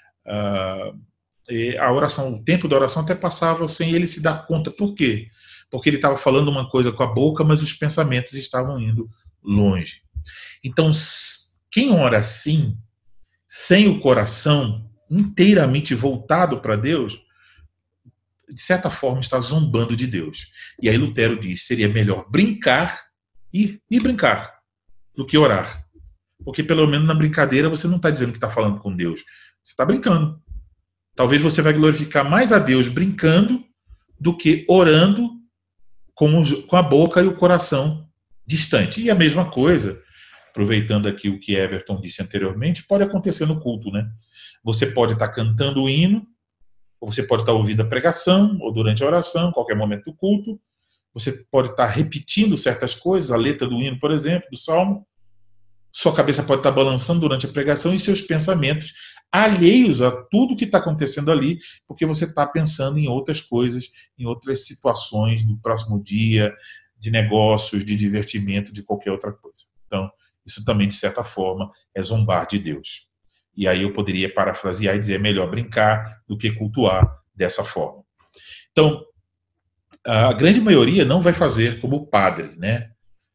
a oração, o tempo da oração até passava sem ele se dar conta. Por quê? Porque ele estava falando uma coisa com a boca, mas os pensamentos estavam indo longe. Então, quem ora assim, sem o coração inteiramente voltado para Deus, de certa forma está zombando de Deus. E aí Lutero diz, seria melhor brincar e brincar do que orar. Porque pelo menos na brincadeira você não está dizendo que está falando com Deus. Você está brincando. Talvez você vai glorificar mais a Deus brincando do que orando com a boca e o coração distante. E a mesma coisa, aproveitando aqui o que Everton disse anteriormente, pode acontecer no culto, né? Você pode estar cantando o hino, ou você pode estar ouvindo a pregação, ou durante a oração, qualquer momento do culto. Você pode estar repetindo certas coisas, a letra do hino, por exemplo, do salmo. Sua cabeça pode estar balançando durante a pregação e seus pensamentos alheios a tudo que está acontecendo ali, porque você está pensando em outras coisas, em outras situações do próximo dia, de negócios, de divertimento, de qualquer outra coisa. Então, isso também, de certa forma, é zombar de Deus. E aí eu poderia parafrasear e dizer, é melhor brincar do que cultuar dessa forma. Então, a grande maioria não vai fazer como o padre, né?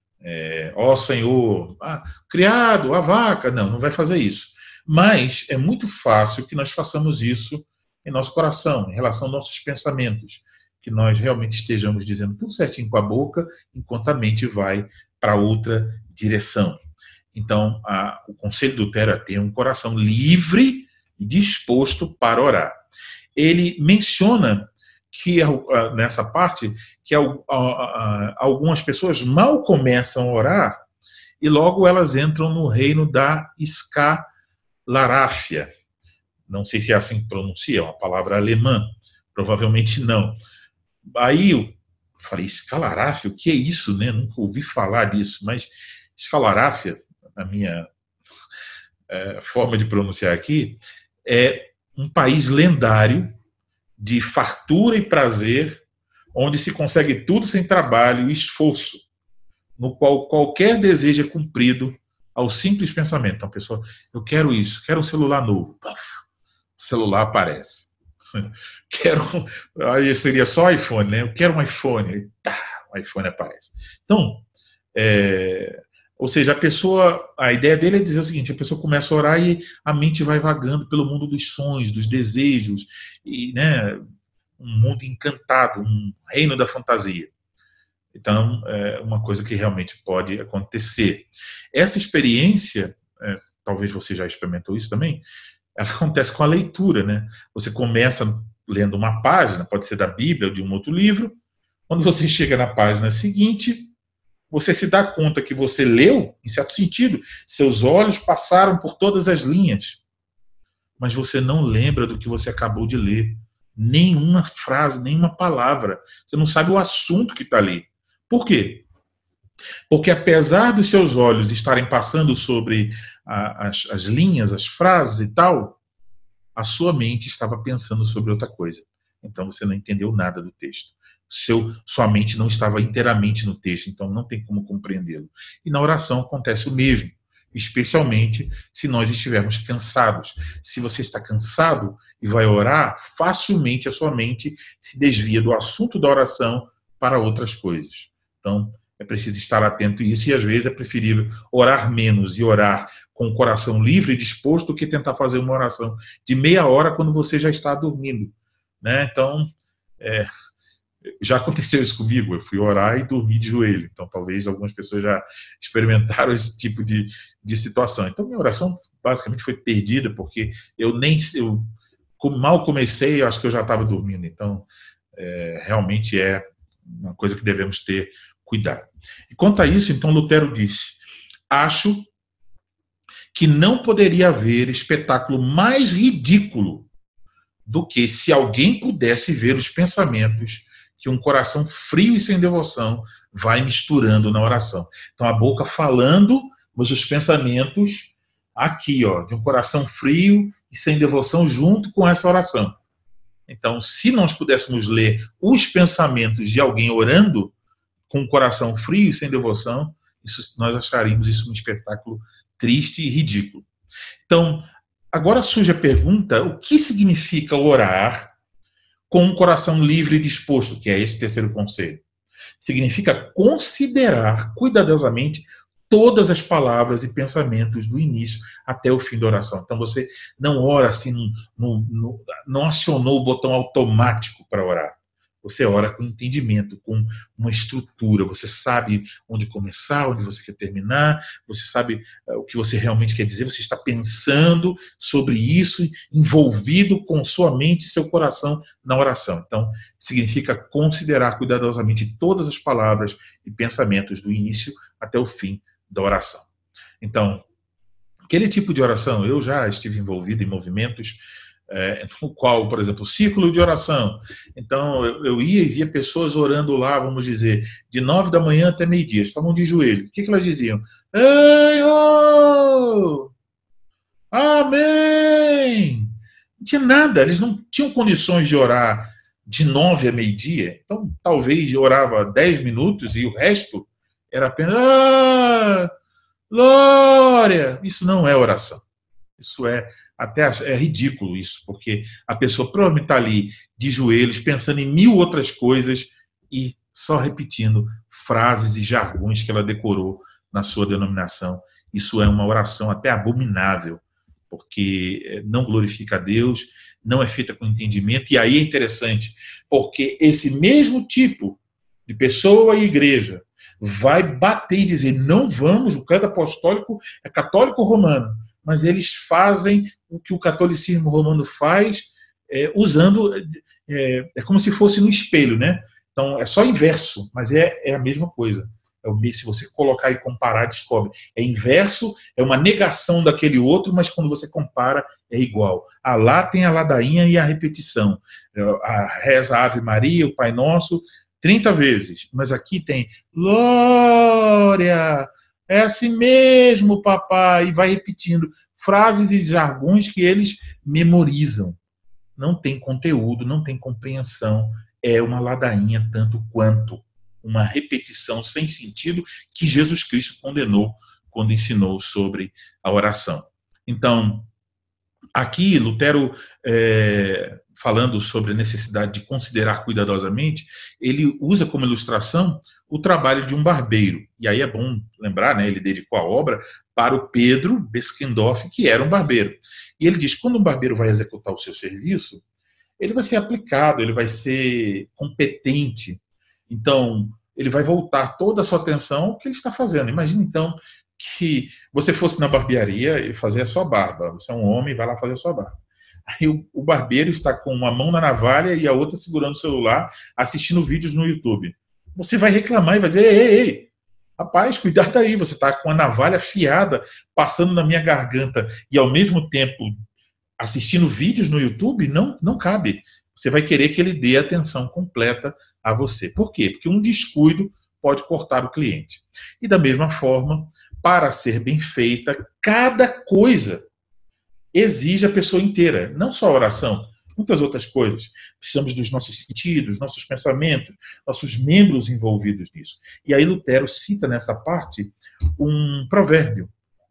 Ó Senhor, criado, a vaca. Não vai fazer isso. Mas é muito fácil que nós façamos isso em nosso coração, em relação aos nossos pensamentos, que nós realmente estejamos dizendo tudo certinho com a boca, enquanto a mente vai para outra direção. Então, o conselho do Lutero é ter um coração livre e disposto para orar. Ele menciona que, nessa parte, que algumas pessoas mal começam a orar e logo elas entram no reino da escalaráfia. Não sei se é assim que pronuncia, é uma palavra alemã, provavelmente não. Aí eu falei, escalaráfia, o que é isso, né? Nunca ouvi falar disso, mas escalaráfia, a minha forma de pronunciar aqui, é um país lendário de fartura e prazer, onde se consegue tudo sem trabalho e esforço, no qual qualquer desejo é cumprido ao simples pensamento. Então, a pessoa, eu quero isso, quero um celular novo. O celular aparece. Aí seria só iPhone, né? Eu quero um iPhone. O iPhone aparece. Então, ou seja, a ideia dele é dizer o seguinte, a pessoa começa a orar e a mente vai vagando pelo mundo dos sonhos, dos desejos, e, né, um mundo encantado, um reino da fantasia. Então, é uma coisa que realmente pode acontecer. Essa experiência, talvez você já experimentou isso também, ela acontece com a leitura, né? Você começa lendo uma página, pode ser da Bíblia ou de um outro livro, quando você chega na página seguinte, você se dá conta que você leu, em certo sentido, seus olhos passaram por todas as linhas, mas você não lembra do que você acabou de ler. Nenhuma frase, nenhuma palavra. Você não sabe o assunto que está ali. Por quê? Porque apesar dos seus olhos estarem passando sobre as linhas, as frases e tal, a sua mente estava pensando sobre outra coisa. Então você não entendeu nada do texto. Sua mente não estava inteiramente no texto, então não tem como compreendê-lo. E na oração acontece o mesmo, especialmente se nós estivermos cansados. Se você está cansado e vai orar, facilmente a sua mente se desvia do assunto da oração para outras coisas. Então, é preciso estar atento a isso, e às vezes é preferível orar menos e orar com o coração livre e disposto do que tentar fazer uma oração de meia hora quando você já está dormindo, né? Então, já aconteceu isso comigo, eu fui orar e dormi de joelho, então talvez algumas pessoas já experimentaram esse tipo de situação. Então minha oração basicamente foi perdida, porque eu mal comecei, eu acho que eu já estava dormindo, então realmente é uma coisa que devemos ter cuidado. E quanto a isso, então Lutero diz, acho que não poderia haver espetáculo mais ridículo do que se alguém pudesse ver os pensamentos que um coração frio e sem devoção vai misturando na oração. Então, a boca falando, mas os pensamentos aqui, ó, de um coração frio e sem devoção junto com essa oração. Então, se nós pudéssemos ler os pensamentos de alguém orando com um coração frio e sem devoção, nós acharíamos isso um espetáculo triste e ridículo. Então, agora surge a pergunta, o que significa orar com um coração livre e disposto, que é esse terceiro conselho? Significa considerar cuidadosamente todas as palavras e pensamentos do início até o fim da oração. Então você não ora assim, não acionou o botão automático para orar. Você ora com entendimento, com uma estrutura. Você sabe onde começar, onde você quer terminar. Você sabe o que você realmente quer dizer. Você está pensando sobre isso, envolvido com sua mente e seu coração na oração. Então, significa considerar cuidadosamente todas as palavras e pensamentos do início até o fim da oração. Então, aquele tipo de oração, eu já estive envolvido em movimentos no qual, por exemplo, o círculo de oração. Então, eu ia e via pessoas orando lá, vamos dizer, de 9 da manhã até meio-dia, estavam de joelho. O que elas diziam? Ei, oh! Amém! Não tinha nada, eles não tinham condições de orar de 9 a meio-dia. Então, talvez orava 10 minutos e o resto era apenas glória. Isso não é oração. Isso é ridículo, isso, porque a pessoa provavelmente está ali de joelhos, pensando em 1000 outras coisas e só repetindo frases e jargões que ela decorou na sua denominação. Isso é uma oração até abominável, porque não glorifica a Deus, não é feita com entendimento. E aí é interessante, porque esse mesmo tipo de pessoa e igreja vai bater e dizer, não vamos, o credo apostólico é católico romano, mas eles fazem o que o catolicismo romano faz, usando, é como se fosse no espelho, né? Então, é só inverso, mas é a mesma coisa. Se você colocar e comparar, descobre. É inverso, é uma negação daquele outro, mas quando você compara, é igual. Lá tem a ladainha e a repetição. A reza Ave Maria, o Pai Nosso, 30 vezes. Mas aqui tem glória, é assim mesmo, papai, e vai repetindo frases e jargões que eles memorizam. Não tem conteúdo, não tem compreensão. É uma ladainha tanto quanto uma repetição sem sentido que Jesus Cristo condenou quando ensinou sobre a oração. Então, aqui, Lutero, falando sobre a necessidade de considerar cuidadosamente, ele usa como ilustração o trabalho de um barbeiro. E aí é bom lembrar, né, ele dedicou a obra para o Pedro Beskendorf, que era um barbeiro. E ele diz, quando um barbeiro vai executar o seu serviço, ele vai ser aplicado, ele vai ser competente. Então, ele vai voltar toda a sua atenção ao que ele está fazendo. Imagina, então, que você fosse na barbearia e fazer a sua barba. Você é um homem e vai lá fazer a sua barba. Aí o barbeiro está com uma mão na navalha e a outra segurando o celular, assistindo vídeos no YouTube. Você vai reclamar e vai dizer, ei, rapaz, cuidado aí, você está com a navalha afiada, passando na minha garganta e ao mesmo tempo assistindo vídeos no YouTube? Não cabe. Você vai querer que ele dê atenção completa a você. Por quê? Porque um descuido pode cortar o cliente. E da mesma forma, para ser bem feita, cada coisa exige a pessoa inteira, não só a oração, muitas outras coisas. Precisamos dos nossos sentidos, nossos pensamentos, nossos membros envolvidos nisso. E aí Lutero cita nessa parte um provérbio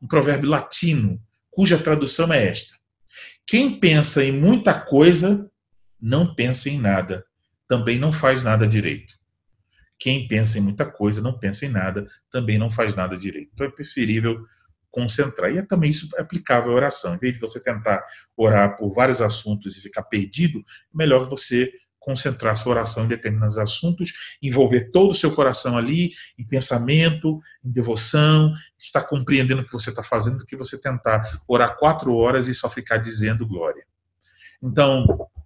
latino, cuja tradução é esta: quem pensa em muita coisa, não pensa em nada, também não faz nada direito. Quem pensa em muita coisa, não pensa em nada, também não faz nada direito. Então é preferível concentrar. E também isso é aplicável à oração. Em vez de você tentar orar por vários assuntos e ficar perdido, é melhor você concentrar sua oração em determinados assuntos, envolver todo o seu coração ali, em pensamento, em devoção, estar compreendendo o que você está fazendo, do que você tentar orar 4 horas e só ficar dizendo glória. Então,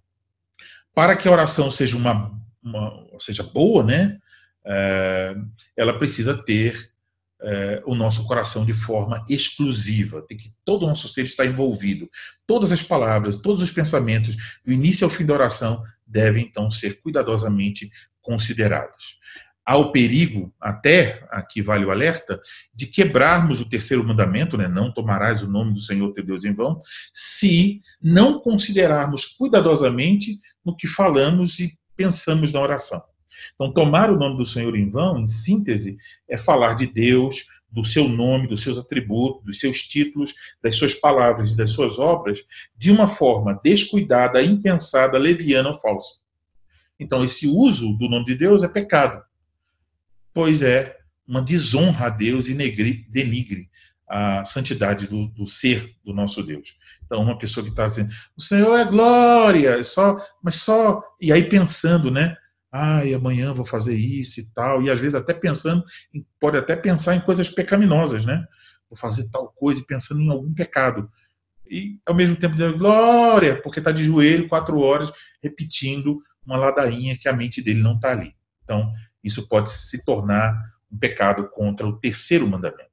para que a oração seja seja boa, né? Ela precisa ter o nosso coração de forma exclusiva. Tem que todo o nosso ser estar envolvido. Todas as palavras, todos os pensamentos, do início ao fim da oração, devem então ser cuidadosamente considerados. Há o perigo, até, aqui vale o alerta, de quebrarmos o terceiro mandamento, né? Não tomarás o nome do Senhor teu Deus em vão, se não considerarmos cuidadosamente no que falamos e pensamos na oração. Então, tomar o nome do Senhor em vão, em síntese, é falar de Deus, do seu nome, dos seus atributos, dos seus títulos, das suas palavras e das suas obras, de uma forma descuidada, impensada, leviana ou falsa. Então, esse uso do nome de Deus é pecado, pois é uma desonra a Deus e denigre a santidade do ser do nosso Deus. Então, uma pessoa que está dizendo, o Senhor é glória, e aí pensando, né? Amanhã vou fazer isso e tal, e às vezes até pode até pensar em coisas pecaminosas, né? Vou fazer tal coisa e pensando em algum pecado. E ao mesmo tempo dizendo glória, porque está de joelho 4 horas repetindo uma ladainha que a mente dele não está ali. Então, isso pode se tornar um pecado contra o terceiro mandamento.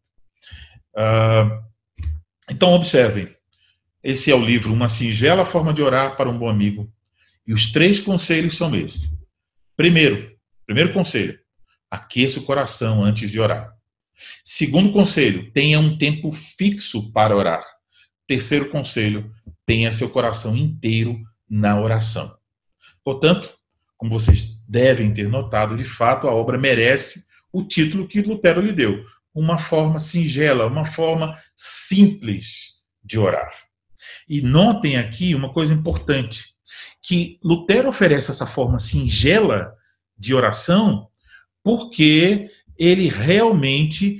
Então, observem. Esse é o livro Uma Singela Forma de Orar para um Bom Amigo. E os 3 conselhos são esses. Primeiro conselho, aqueça o coração antes de orar. Segundo conselho, tenha um tempo fixo para orar. Terceiro conselho, tenha seu coração inteiro na oração. Portanto, como vocês devem ter notado, de fato, a obra merece o título que Lutero lhe deu. Uma forma singela, uma forma simples de orar. E notem aqui uma coisa importante, que Lutero oferece essa forma singela de oração porque ele realmente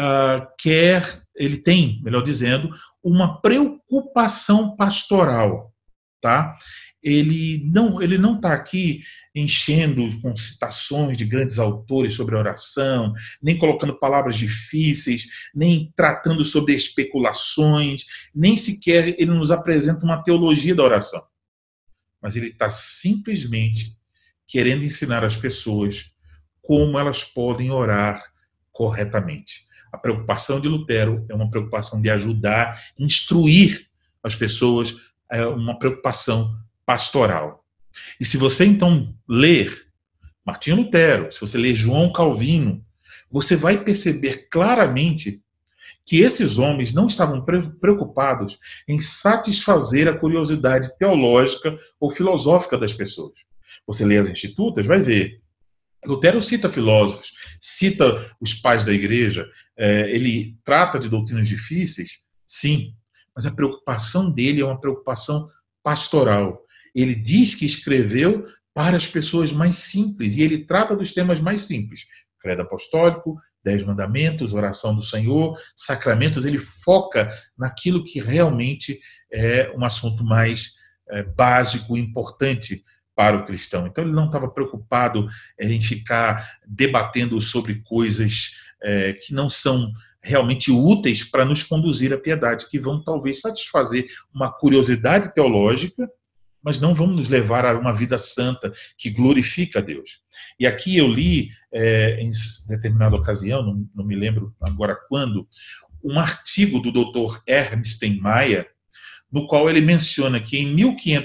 ele tem, melhor dizendo, uma preocupação pastoral, tá? Ele não está aqui enchendo com citações de grandes autores sobre a oração, nem colocando palavras difíceis, nem tratando sobre especulações, nem sequer ele nos apresenta uma teologia da oração. Mas ele está simplesmente querendo ensinar as pessoas como elas podem orar corretamente. A preocupação de Lutero é uma preocupação de ajudar, instruir as pessoas, é uma preocupação pastoral. E se você então ler Martinho Lutero, se você ler João Calvino, você vai perceber claramente que esses homens não estavam preocupados em satisfazer a curiosidade teológica ou filosófica das pessoas. Você lê as Institutas, vai ver. Lutero cita filósofos, cita os pais da igreja, ele trata de doutrinas difíceis, sim, mas a preocupação dele é uma preocupação pastoral. Ele diz que escreveu para as pessoas mais simples, e ele trata dos temas mais simples. Credo apostólico, 10 mandamentos, oração do Senhor, sacramentos, ele foca naquilo que realmente é um assunto mais básico, importante para o cristão. Então ele não estava preocupado em ficar debatendo sobre coisas que não são realmente úteis para nos conduzir à piedade, que vão talvez satisfazer uma curiosidade teológica, mas não vão nos levar a uma vida santa que glorifica a Deus. E aqui eu li, em determinada ocasião, não me lembro agora quando, um artigo do Dr. Ernst Mayer, no qual ele menciona que em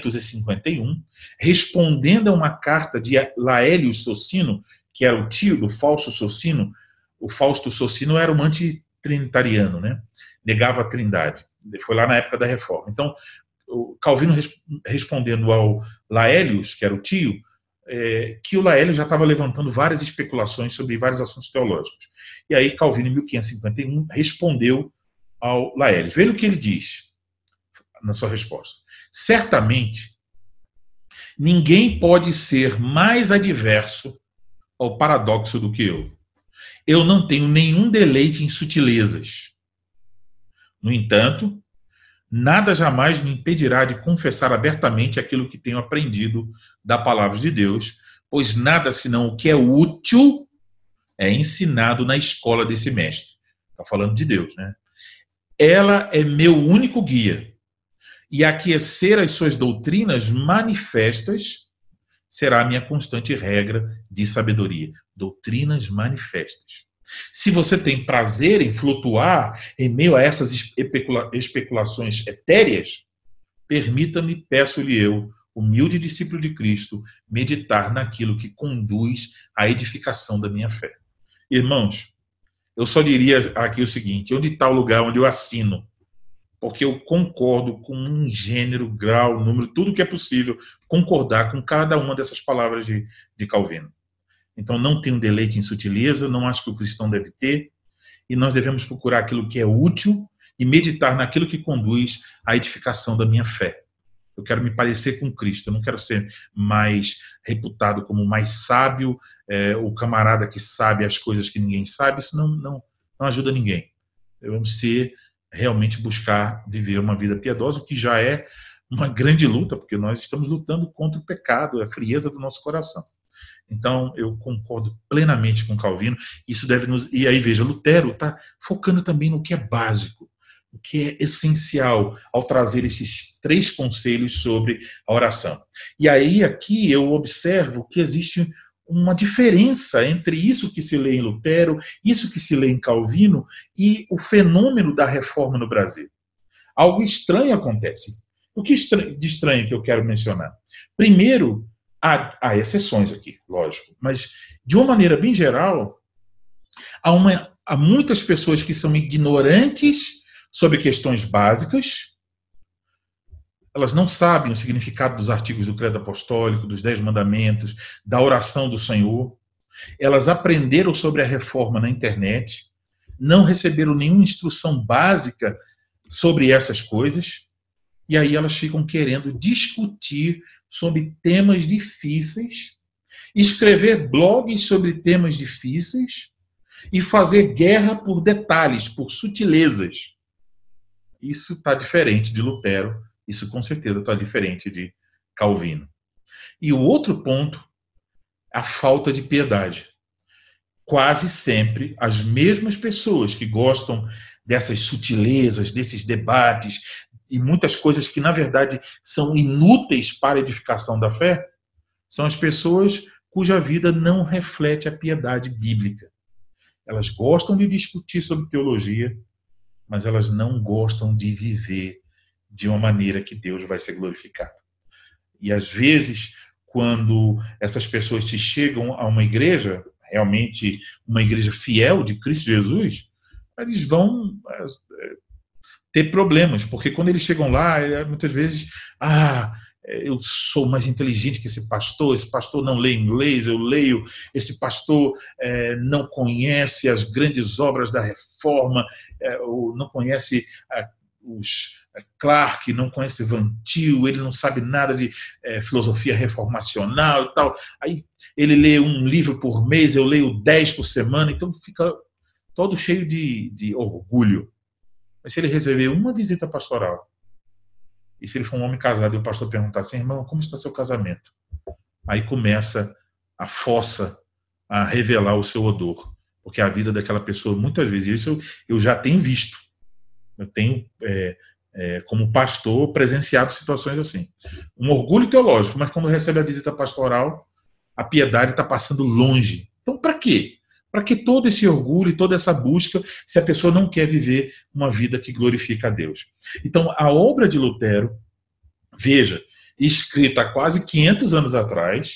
1551, respondendo a uma carta de Laélio Socino, que era o tio do Fausto Socino, o Fausto Socino era um antitrinitariano, né? Negava a trindade. Foi lá na época da Reforma. Então, o Calvino respondendo ao Laélios, que era o tio, que o Laélio já estava levantando várias especulações sobre vários assuntos teológicos. E aí Calvino, em 1551, respondeu ao Laélios. Veja o que ele diz na sua resposta. Certamente, ninguém pode ser mais adverso ao paradoxo do que eu. Eu não tenho nenhum deleite em sutilezas. No entanto, nada jamais me impedirá de confessar abertamente aquilo que tenho aprendido da palavra de Deus, pois nada senão o que é útil é ensinado na escola desse mestre. Está falando de Deus, né? Ela é meu único guia, e aquecer as suas doutrinas manifestas será a minha constante regra de sabedoria. Doutrinas manifestas. Se você tem prazer em flutuar em meio a essas especulações etéreas, permita-me, peço-lhe eu, humilde discípulo de Cristo, meditar naquilo que conduz à edificação da minha fé. Irmãos, eu só diria aqui o seguinte: onde está o lugar onde eu assino? Porque eu concordo com um gênero, grau, número, tudo que é possível concordar com cada uma dessas palavras de Calvino. Então, não tenho deleite em sutileza, não acho que o cristão deve ter, e nós devemos procurar aquilo que é útil e meditar naquilo que conduz à edificação da minha fé. Eu quero me parecer com Cristo, eu não quero ser mais reputado como mais sábio, o camarada que sabe as coisas que ninguém sabe. Isso não ajuda ninguém. Devemos realmente buscar viver uma vida piedosa, o que já é uma grande luta, porque nós estamos lutando contra o pecado, a frieza do nosso coração. Então, eu concordo plenamente com Calvino. Isso deve nos... E aí, veja, Lutero está focando também no que é básico, o que é essencial ao trazer esses 3 conselhos sobre a oração. E aí, aqui, eu observo que existe uma diferença entre isso que se lê em Lutero, isso que se lê em Calvino e o fenômeno da reforma no Brasil. Algo estranho acontece. O que de estranho que eu quero mencionar? Primeiro, há exceções aqui, lógico, mas de uma maneira bem geral, há muitas pessoas que são ignorantes sobre questões básicas. Elas não sabem o significado dos artigos do Credo Apostólico, dos 10 Mandamentos, da oração do Senhor. Elas aprenderam sobre a reforma na internet, não receberam nenhuma instrução básica sobre essas coisas, e aí elas ficam querendo discutir sobre temas difíceis, escrever blogs sobre temas difíceis e fazer guerra por detalhes, por sutilezas. Isso está diferente de Lutero, isso com certeza está diferente de Calvino. E o outro ponto, a falta de piedade. Quase sempre as mesmas pessoas que gostam dessas sutilezas, desses debates e muitas coisas que, na verdade, são inúteis para a edificação da fé, são as pessoas cuja vida não reflete a piedade bíblica. Elas gostam de discutir sobre teologia, mas elas não gostam de viver de uma maneira que Deus vai ser glorificado. E, às vezes, quando essas pessoas se chegam a uma igreja, realmente uma igreja fiel de Cristo Jesus, eles vão ter problemas, porque quando eles chegam lá, muitas vezes, eu sou mais inteligente que esse pastor não lê inglês, eu leio, esse pastor não conhece as grandes obras da reforma, não conhece os Clark, não conhece Van Til, ele não sabe nada de filosofia reformacional e tal. Aí ele lê um livro por mês, eu leio 10 por semana, então fica todo cheio de orgulho. Mas se ele receber uma visita pastoral, e se ele for um homem casado e o pastor perguntar assim: irmão, como está seu casamento? Aí começa a fossa a revelar o seu odor, porque a vida daquela pessoa, muitas vezes, isso eu já tenho visto. Eu tenho, como pastor, presenciado situações assim. Um orgulho teológico, mas quando recebe a visita pastoral, a piedade está passando longe. Então, para quê? Para que todo esse orgulho e toda essa busca, se a pessoa não quer viver uma vida que glorifica a Deus? Então, a obra de Lutero, veja, escrita há quase 500 anos atrás,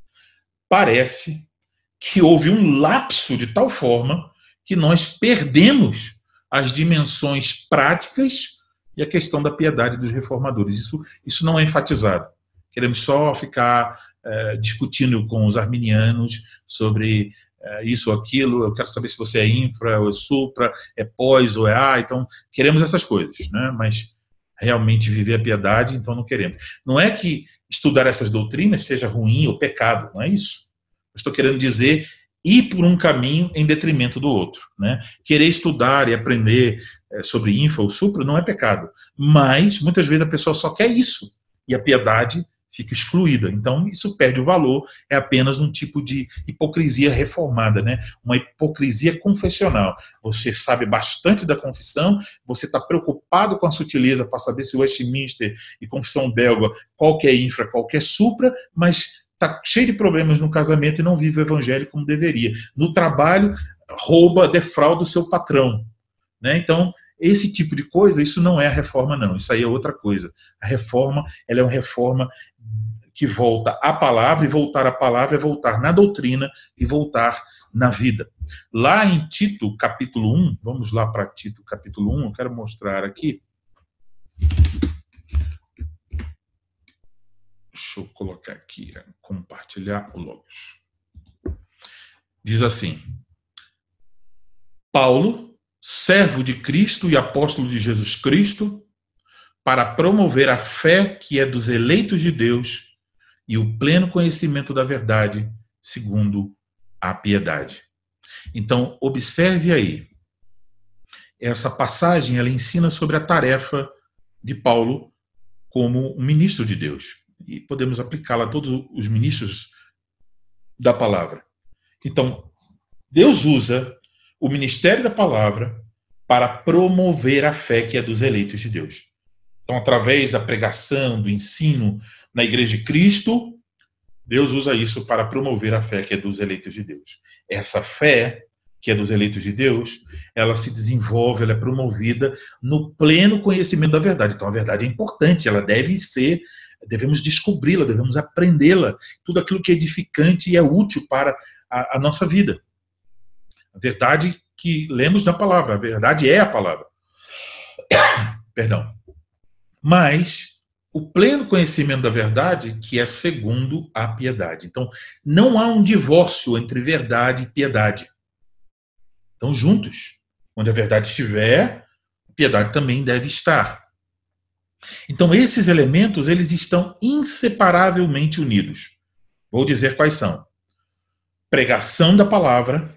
parece que houve um lapso de tal forma que nós perdemos as dimensões práticas e a questão da piedade dos reformadores. Isso não é enfatizado. Queremos só ficar discutindo com os arminianos sobre isso ou aquilo. Eu quero saber se você é infra ou é supra, é pós ou é A. Então, queremos essas coisas, né? Mas realmente viver a piedade, então não queremos. Não é que estudar essas doutrinas seja ruim ou pecado, não é isso. Eu estou querendo dizer ir por um caminho em detrimento do outro, né? Querer estudar e aprender sobre infra ou supra não é pecado, mas muitas vezes a pessoa só quer isso e a piedade fica excluída. Então isso perde o valor, é apenas um tipo de hipocrisia reformada, né? Uma hipocrisia confessional. Você sabe bastante da confissão, você está preocupado com a sutileza para saber se Westminster e confissão belga, qual que é infra, qual que é supra, mas está cheio de problemas no casamento e não vive o evangelho como deveria. No trabalho, rouba, defrauda o seu patrão. Né? Então, esse tipo de coisa, isso não é a reforma, não. Isso aí é outra coisa. A reforma, ela é uma reforma que volta à palavra, e voltar à palavra é voltar na doutrina e voltar na vida. Lá em Tito, capítulo 1, vamos lá para Tito, capítulo 1, eu quero mostrar aqui. Deixa eu colocar aqui, compartilhar o Logos. Diz assim: Paulo, servo de Cristo e apóstolo de Jesus Cristo, para promover a fé que é dos eleitos de Deus e o pleno conhecimento da verdade, segundo a piedade. Então, observe aí. Essa passagem, ela ensina sobre a tarefa de Paulo como um ministro de Deus. E podemos aplicá-la a todos os ministros da palavra. Então, Deus usa o ministério da palavra para promover a fé que é dos eleitos de Deus. Então, através da pregação, do ensino na Igreja de Cristo, Deus usa isso para promover a fé que é dos eleitos de Deus. Essa fé que é dos eleitos de Deus, ela se desenvolve, ela é promovida no pleno conhecimento da verdade. Então, a verdade é importante, ela deve ser, devemos descobri-la, devemos aprendê-la, tudo aquilo que é edificante e é útil para a nossa vida. A verdade que lemos na palavra, a verdade é a palavra. Perdão. Mas o pleno conhecimento da verdade, que é segundo a piedade. Então, não há um divórcio entre verdade e piedade. Estão juntos. Onde a verdade estiver, a piedade também deve estar. Então, esses elementos, eles estão inseparavelmente unidos. Vou dizer quais são. Pregação da palavra,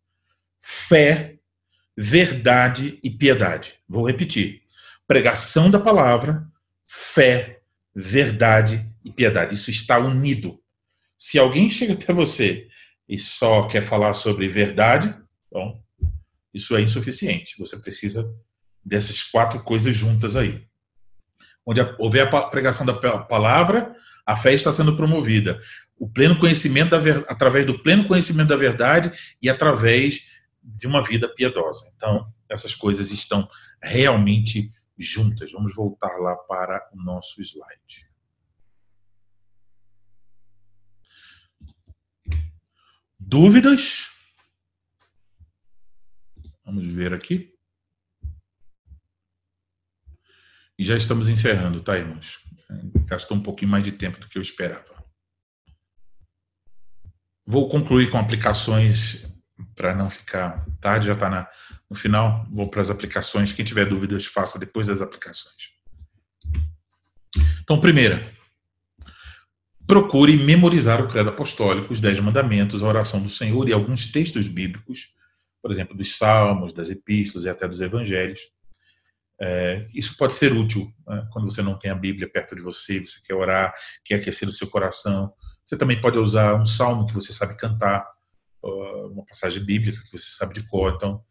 fé, verdade e piedade. Vou repetir. Pregação da palavra, fé, verdade e piedade. Isso está unido. Se alguém chega até você e só quer falar sobre verdade, bom, isso é insuficiente. Você precisa dessas 4 coisas juntas aí. Onde houver a pregação da palavra, a fé está sendo promovida. O pleno conhecimento através do pleno conhecimento da verdade e através de uma vida piedosa. Então, essas coisas estão realmente juntas. Vamos voltar lá para o nosso slide. Dúvidas? Vamos ver aqui. E já estamos encerrando, tá, irmãos? Gastou um pouquinho mais de tempo do que eu esperava. Vou concluir com aplicações para não ficar tarde, já está no final. Vou para as aplicações. Quem tiver dúvidas, faça depois das aplicações. Então, primeira, procure memorizar o credo apostólico, os 10 mandamentos, a oração do Senhor e alguns textos bíblicos, por exemplo, dos Salmos, das Epístolas e até dos Evangelhos. Isso pode ser útil, né? Quando você não tem a Bíblia perto de você, você quer orar, quer aquecer o seu coração. Você também pode usar um salmo que você sabe cantar, uma passagem bíblica que você sabe de cor. Então,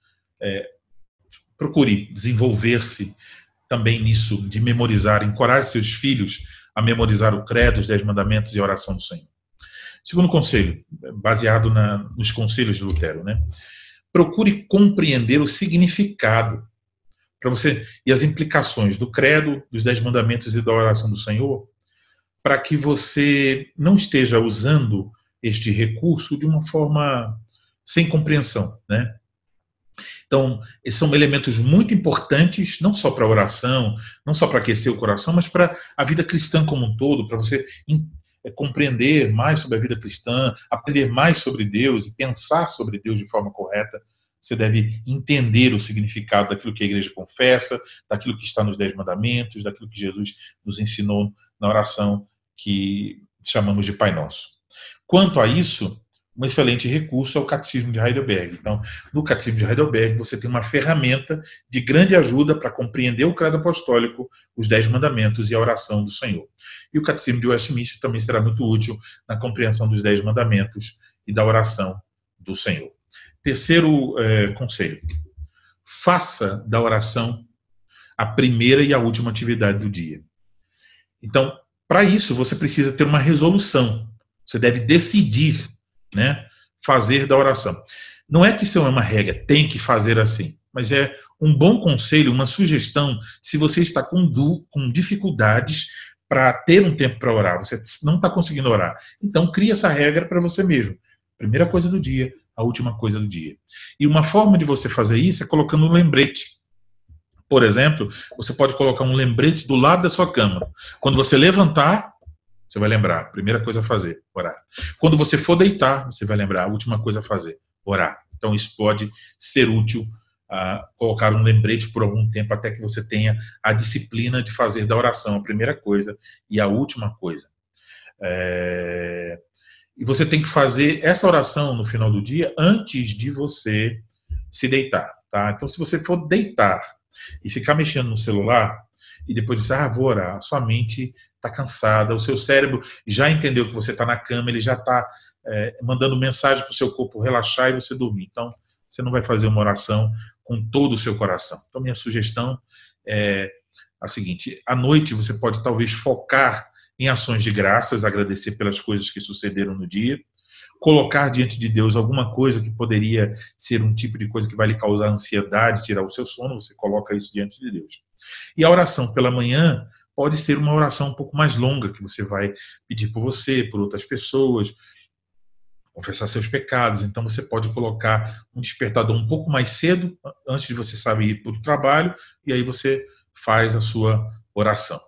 procure desenvolver-se também nisso, de memorizar, encorajar seus filhos a memorizar o credo, os 10 mandamentos e a oração do Senhor. Segundo conselho, baseado nos conselhos de Lutero, né? Procure compreender o significado para você e as implicações do credo, dos 10 mandamentos e da oração do Senhor, para que você não esteja usando este recurso de uma forma sem compreensão, né? Então, esses são elementos muito importantes, não só para a oração, não só para aquecer o coração, mas para a vida cristã como um todo, para você compreender mais sobre a vida cristã, aprender mais sobre Deus e pensar sobre Deus de forma correta. Você deve entender o significado daquilo que a igreja confessa, daquilo que está nos 10 mandamentos, daquilo que Jesus nos ensinou na oração que chamamos de Pai Nosso. Quanto a isso, um excelente recurso é o Catecismo de Heidelberg. Então, no Catecismo de Heidelberg, você tem uma ferramenta de grande ajuda para compreender o credo apostólico, os 10 mandamentos e a oração do Senhor. E o Catecismo de Westminster também será muito útil na compreensão dos 10 mandamentos e da oração do Senhor. Terceiro conselho. Faça da oração a primeira e a última atividade do dia. Então, para isso, você precisa ter uma resolução. Você deve decidir, né, fazer da oração. Não é que isso é uma regra, tem que fazer assim, mas é um bom conselho, uma sugestão, se você está com dificuldades para ter um tempo para orar, você não está conseguindo orar. Então, cria essa regra para você mesmo. Primeira coisa do dia, a última coisa do dia. E uma forma de você fazer isso é colocando um lembrete. Por exemplo, você pode colocar um lembrete do lado da sua cama. Quando você levantar, você vai lembrar, primeira coisa a fazer, orar. Quando você for deitar, você vai lembrar, a última coisa a fazer, orar. Então isso pode ser útil, colocar um lembrete por algum tempo até que você tenha a disciplina de fazer da oração a primeira coisa e a última coisa. E você tem que fazer essa oração no final do dia antes de você se deitar, tá? Então se você for deitar e ficar mexendo no celular e depois você, vou orar, sua mente está cansada, o seu cérebro já entendeu que você está na cama, ele já está mandando mensagem para o seu corpo relaxar e você dormir. Então, você não vai fazer uma oração com todo o seu coração. Então, minha sugestão é a seguinte: à noite você pode talvez focar em ações de graças, agradecer pelas coisas que sucederam no dia, colocar diante de Deus alguma coisa que poderia ser um tipo de coisa que vai lhe causar ansiedade, tirar o seu sono, você coloca isso diante de Deus. E a oração pela manhã pode ser uma oração um pouco mais longa, que você vai pedir por você, por outras pessoas, confessar seus pecados. Então você pode colocar um despertador um pouco mais cedo, antes de você sair para o trabalho, e aí você faz a sua oração.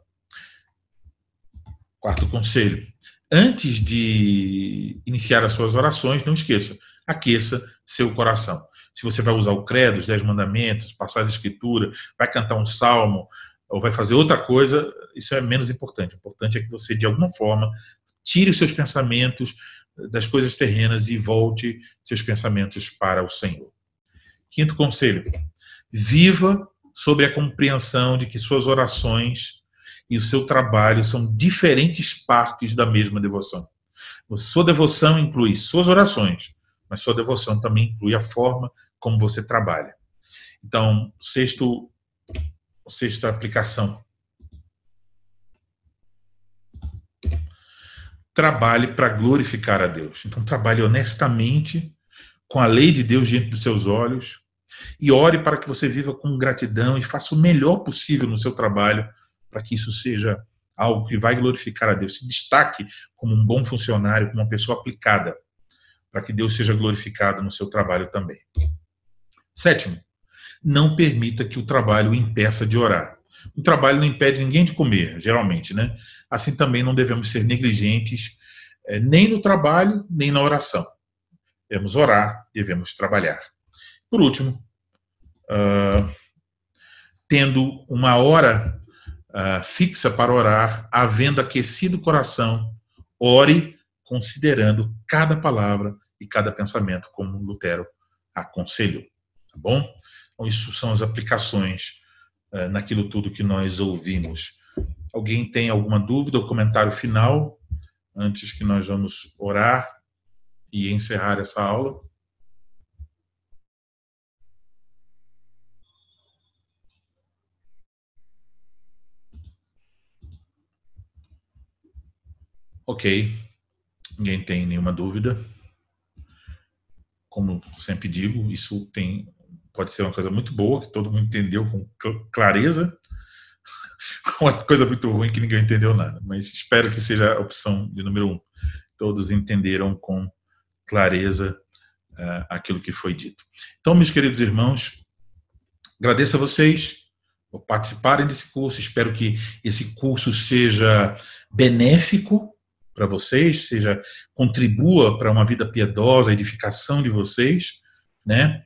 Quarto conselho: antes de iniciar as suas orações, não esqueça, aqueça seu coração. Se você vai usar o credo, os 10 mandamentos, passar a escritura, vai cantar um salmo, ou vai fazer outra coisa, isso é menos importante. O importante é que você, de alguma forma, tire os seus pensamentos das coisas terrenas e volte seus pensamentos para o Senhor. Quinto conselho: viva sob a compreensão de que suas orações e o seu trabalho são diferentes partes da mesma devoção. Sua devoção inclui suas orações, mas sua devoção também inclui a forma como você trabalha. Então, sexta aplicação: trabalhe para glorificar a Deus. Então, trabalhe honestamente, com a lei de Deus diante dos seus olhos, e ore para que você viva com gratidão e faça o melhor possível no seu trabalho, para que isso seja algo que vai glorificar a Deus. Se destaque como um bom funcionário, como uma pessoa aplicada, para que Deus seja glorificado no seu trabalho também. Sétimo: não permita que o trabalho o impeça de orar. O trabalho não impede ninguém de comer, geralmente, né? Assim também não devemos ser negligentes, nem no trabalho, nem na oração. Devemos orar, devemos trabalhar. Por último, tendo uma hora fixa para orar, havendo aquecido o coração, ore considerando cada palavra e cada pensamento, como Lutero aconselhou. Tá bom? Então, isso são as aplicações naquilo tudo que nós ouvimos. Alguém tem alguma dúvida ou comentário final antes que nós vamos orar e encerrar essa aula? Ok, ninguém tem nenhuma dúvida. Como sempre digo, isso pode ser uma coisa muito boa, que todo mundo entendeu com clareza, uma coisa muito ruim que ninguém entendeu nada, mas espero que seja a opção de número 1. Todos entenderam com clareza aquilo que foi dito. Então, meus queridos irmãos, agradeço a vocês por participarem desse curso, espero que esse curso seja benéfico para vocês, contribua para uma vida piedosa, a edificação de vocês, né?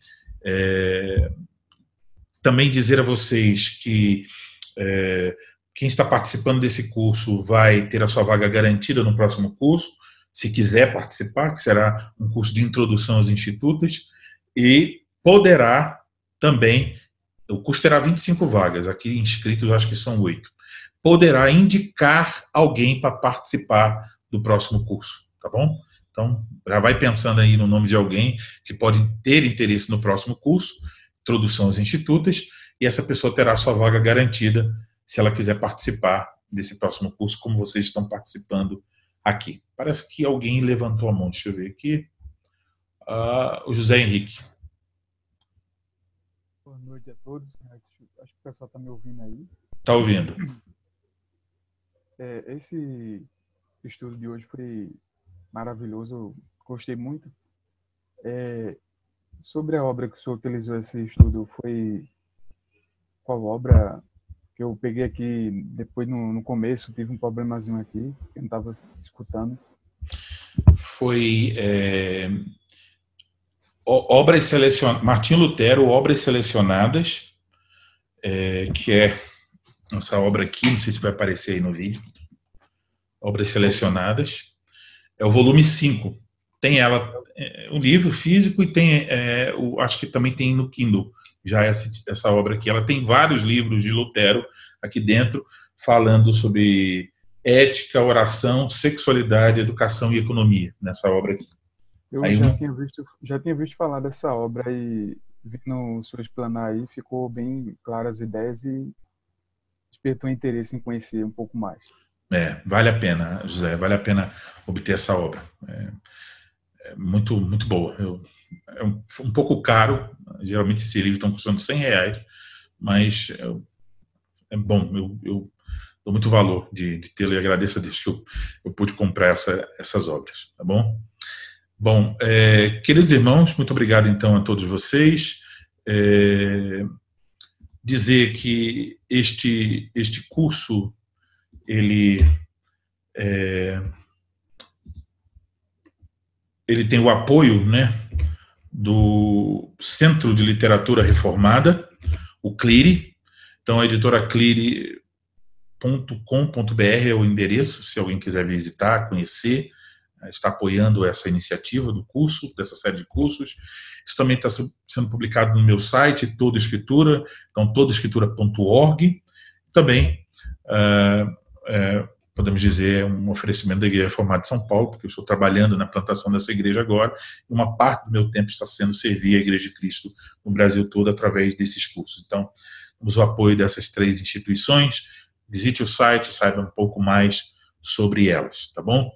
Também dizer a vocês que quem está participando desse curso vai ter a sua vaga garantida no próximo curso, se quiser participar, que será um curso de introdução aos institutos, e poderá também, o curso terá 25 vagas, aqui inscritos acho que são 8, poderá indicar alguém para participar do próximo curso, tá bom? Então, já vai pensando aí no nome de alguém que pode ter interesse no próximo curso, introdução aos institutos, e essa pessoa terá sua vaga garantida se ela quiser participar desse próximo curso, como vocês estão participando aqui. Parece que alguém levantou a mão. Deixa eu ver aqui. O José Henrique. Boa noite a todos. Acho que o pessoal está me ouvindo aí. Está ouvindo. Esse estudo de hoje foi maravilhoso. Eu gostei muito. Sobre a obra que o senhor utilizou esse estudo, foi qual obra? Que eu peguei aqui depois no começo, tive um problemazinho aqui, que eu não estava escutando. Foi obras selecionadas, Martinho Lutero, Obras Selecionadas, que é essa obra aqui, não sei se vai aparecer aí no vídeo. Obras Selecionadas. É o volume 5. Tem ela, o livro físico, e tem, acho que também tem no Kindle, já essa obra aqui. Ela tem vários livros de Lutero aqui dentro, falando sobre ética, oração, sexualidade, educação e economia, nessa obra aqui. Eu já tinha visto falar dessa obra e vendo o senhor explanar aí, ficou bem claras as ideias e despertou interesse em conhecer um pouco mais. Vale a pena, José, vale a pena obter essa obra. Muito, muito boa. É um pouco caro, geralmente esses livros estão custando R$100, mas é bom, eu dou muito valor de tê-lo e agradeço a Deus que eu pude comprar essas obras, tá bom? Bom, queridos irmãos, muito obrigado então a todos vocês. Dizer que este curso, ele tem o apoio, né, do Centro de Literatura Reformada, o CLIRI. Então, a editora cliri.com.br é o endereço, se alguém quiser visitar, conhecer, está apoiando essa iniciativa do curso, dessa série de cursos. Isso também está sendo publicado no meu site, Toda Escritura, então todaescritura.org. Também, podemos dizer, um oferecimento da Igreja Reformada de São Paulo, porque eu estou trabalhando na plantação dessa igreja agora, e uma parte do meu tempo está sendo servir a Igreja de Cristo no Brasil todo através desses cursos. Então, temos o apoio dessas 3 instituições. Visite o site, saiba um pouco mais sobre elas, tá bom?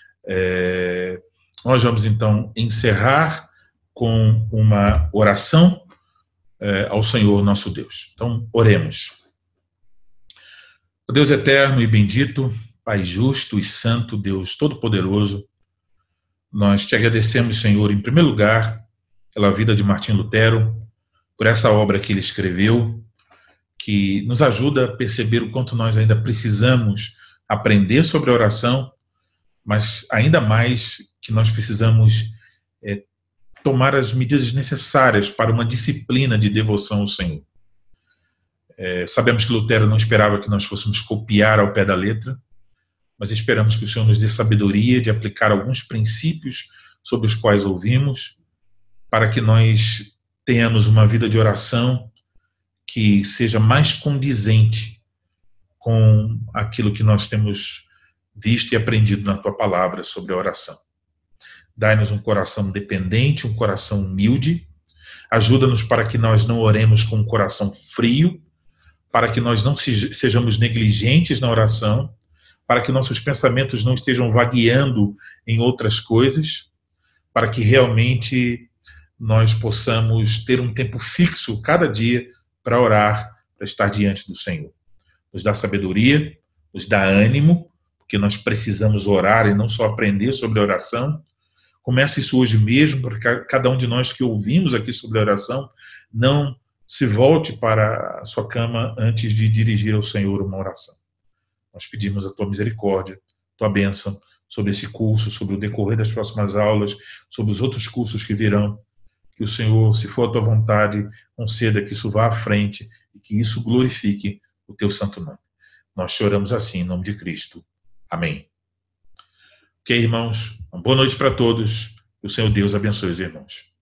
Nós vamos, então, encerrar com uma oração ao Senhor nosso Deus. Então, oremos. Deus eterno e bendito, Pai justo e santo, Deus todo-poderoso, nós te agradecemos, Senhor, em primeiro lugar, pela vida de Martinho Lutero, por essa obra que ele escreveu, que nos ajuda a perceber o quanto nós ainda precisamos aprender sobre a oração, mas ainda mais que nós precisamos tomar as medidas necessárias para uma disciplina de devoção ao Senhor. Sabemos que Lutero não esperava que nós fôssemos copiar ao pé da letra, mas esperamos que o Senhor nos dê sabedoria de aplicar alguns princípios sobre os quais ouvimos, para que nós tenhamos uma vida de oração que seja mais condizente com aquilo que nós temos visto e aprendido na Tua Palavra sobre a oração. Dai-nos um coração dependente, um coração humilde, ajuda-nos para que nós não oremos com um coração frio, para que nós não sejamos negligentes na oração, para que nossos pensamentos não estejam vagueando em outras coisas, para que realmente nós possamos ter um tempo fixo cada dia para orar, para estar diante do Senhor. Nos dá sabedoria, nos dá ânimo, porque nós precisamos orar e não só aprender sobre a oração. Começa isso hoje mesmo, para que cada um de nós que ouvimos aqui sobre a oração não se volte para a sua cama antes de dirigir ao Senhor uma oração. Nós pedimos a Tua misericórdia, Tua bênção sobre esse curso, sobre o decorrer das próximas aulas, sobre os outros cursos que virão. Que o Senhor, se for a Tua vontade, conceda que isso vá à frente e que isso glorifique o Teu santo nome. Nós choramos assim, em nome de Cristo. Amém. Ok, irmãos? Uma boa noite para todos. Que o Senhor Deus abençoe os irmãos.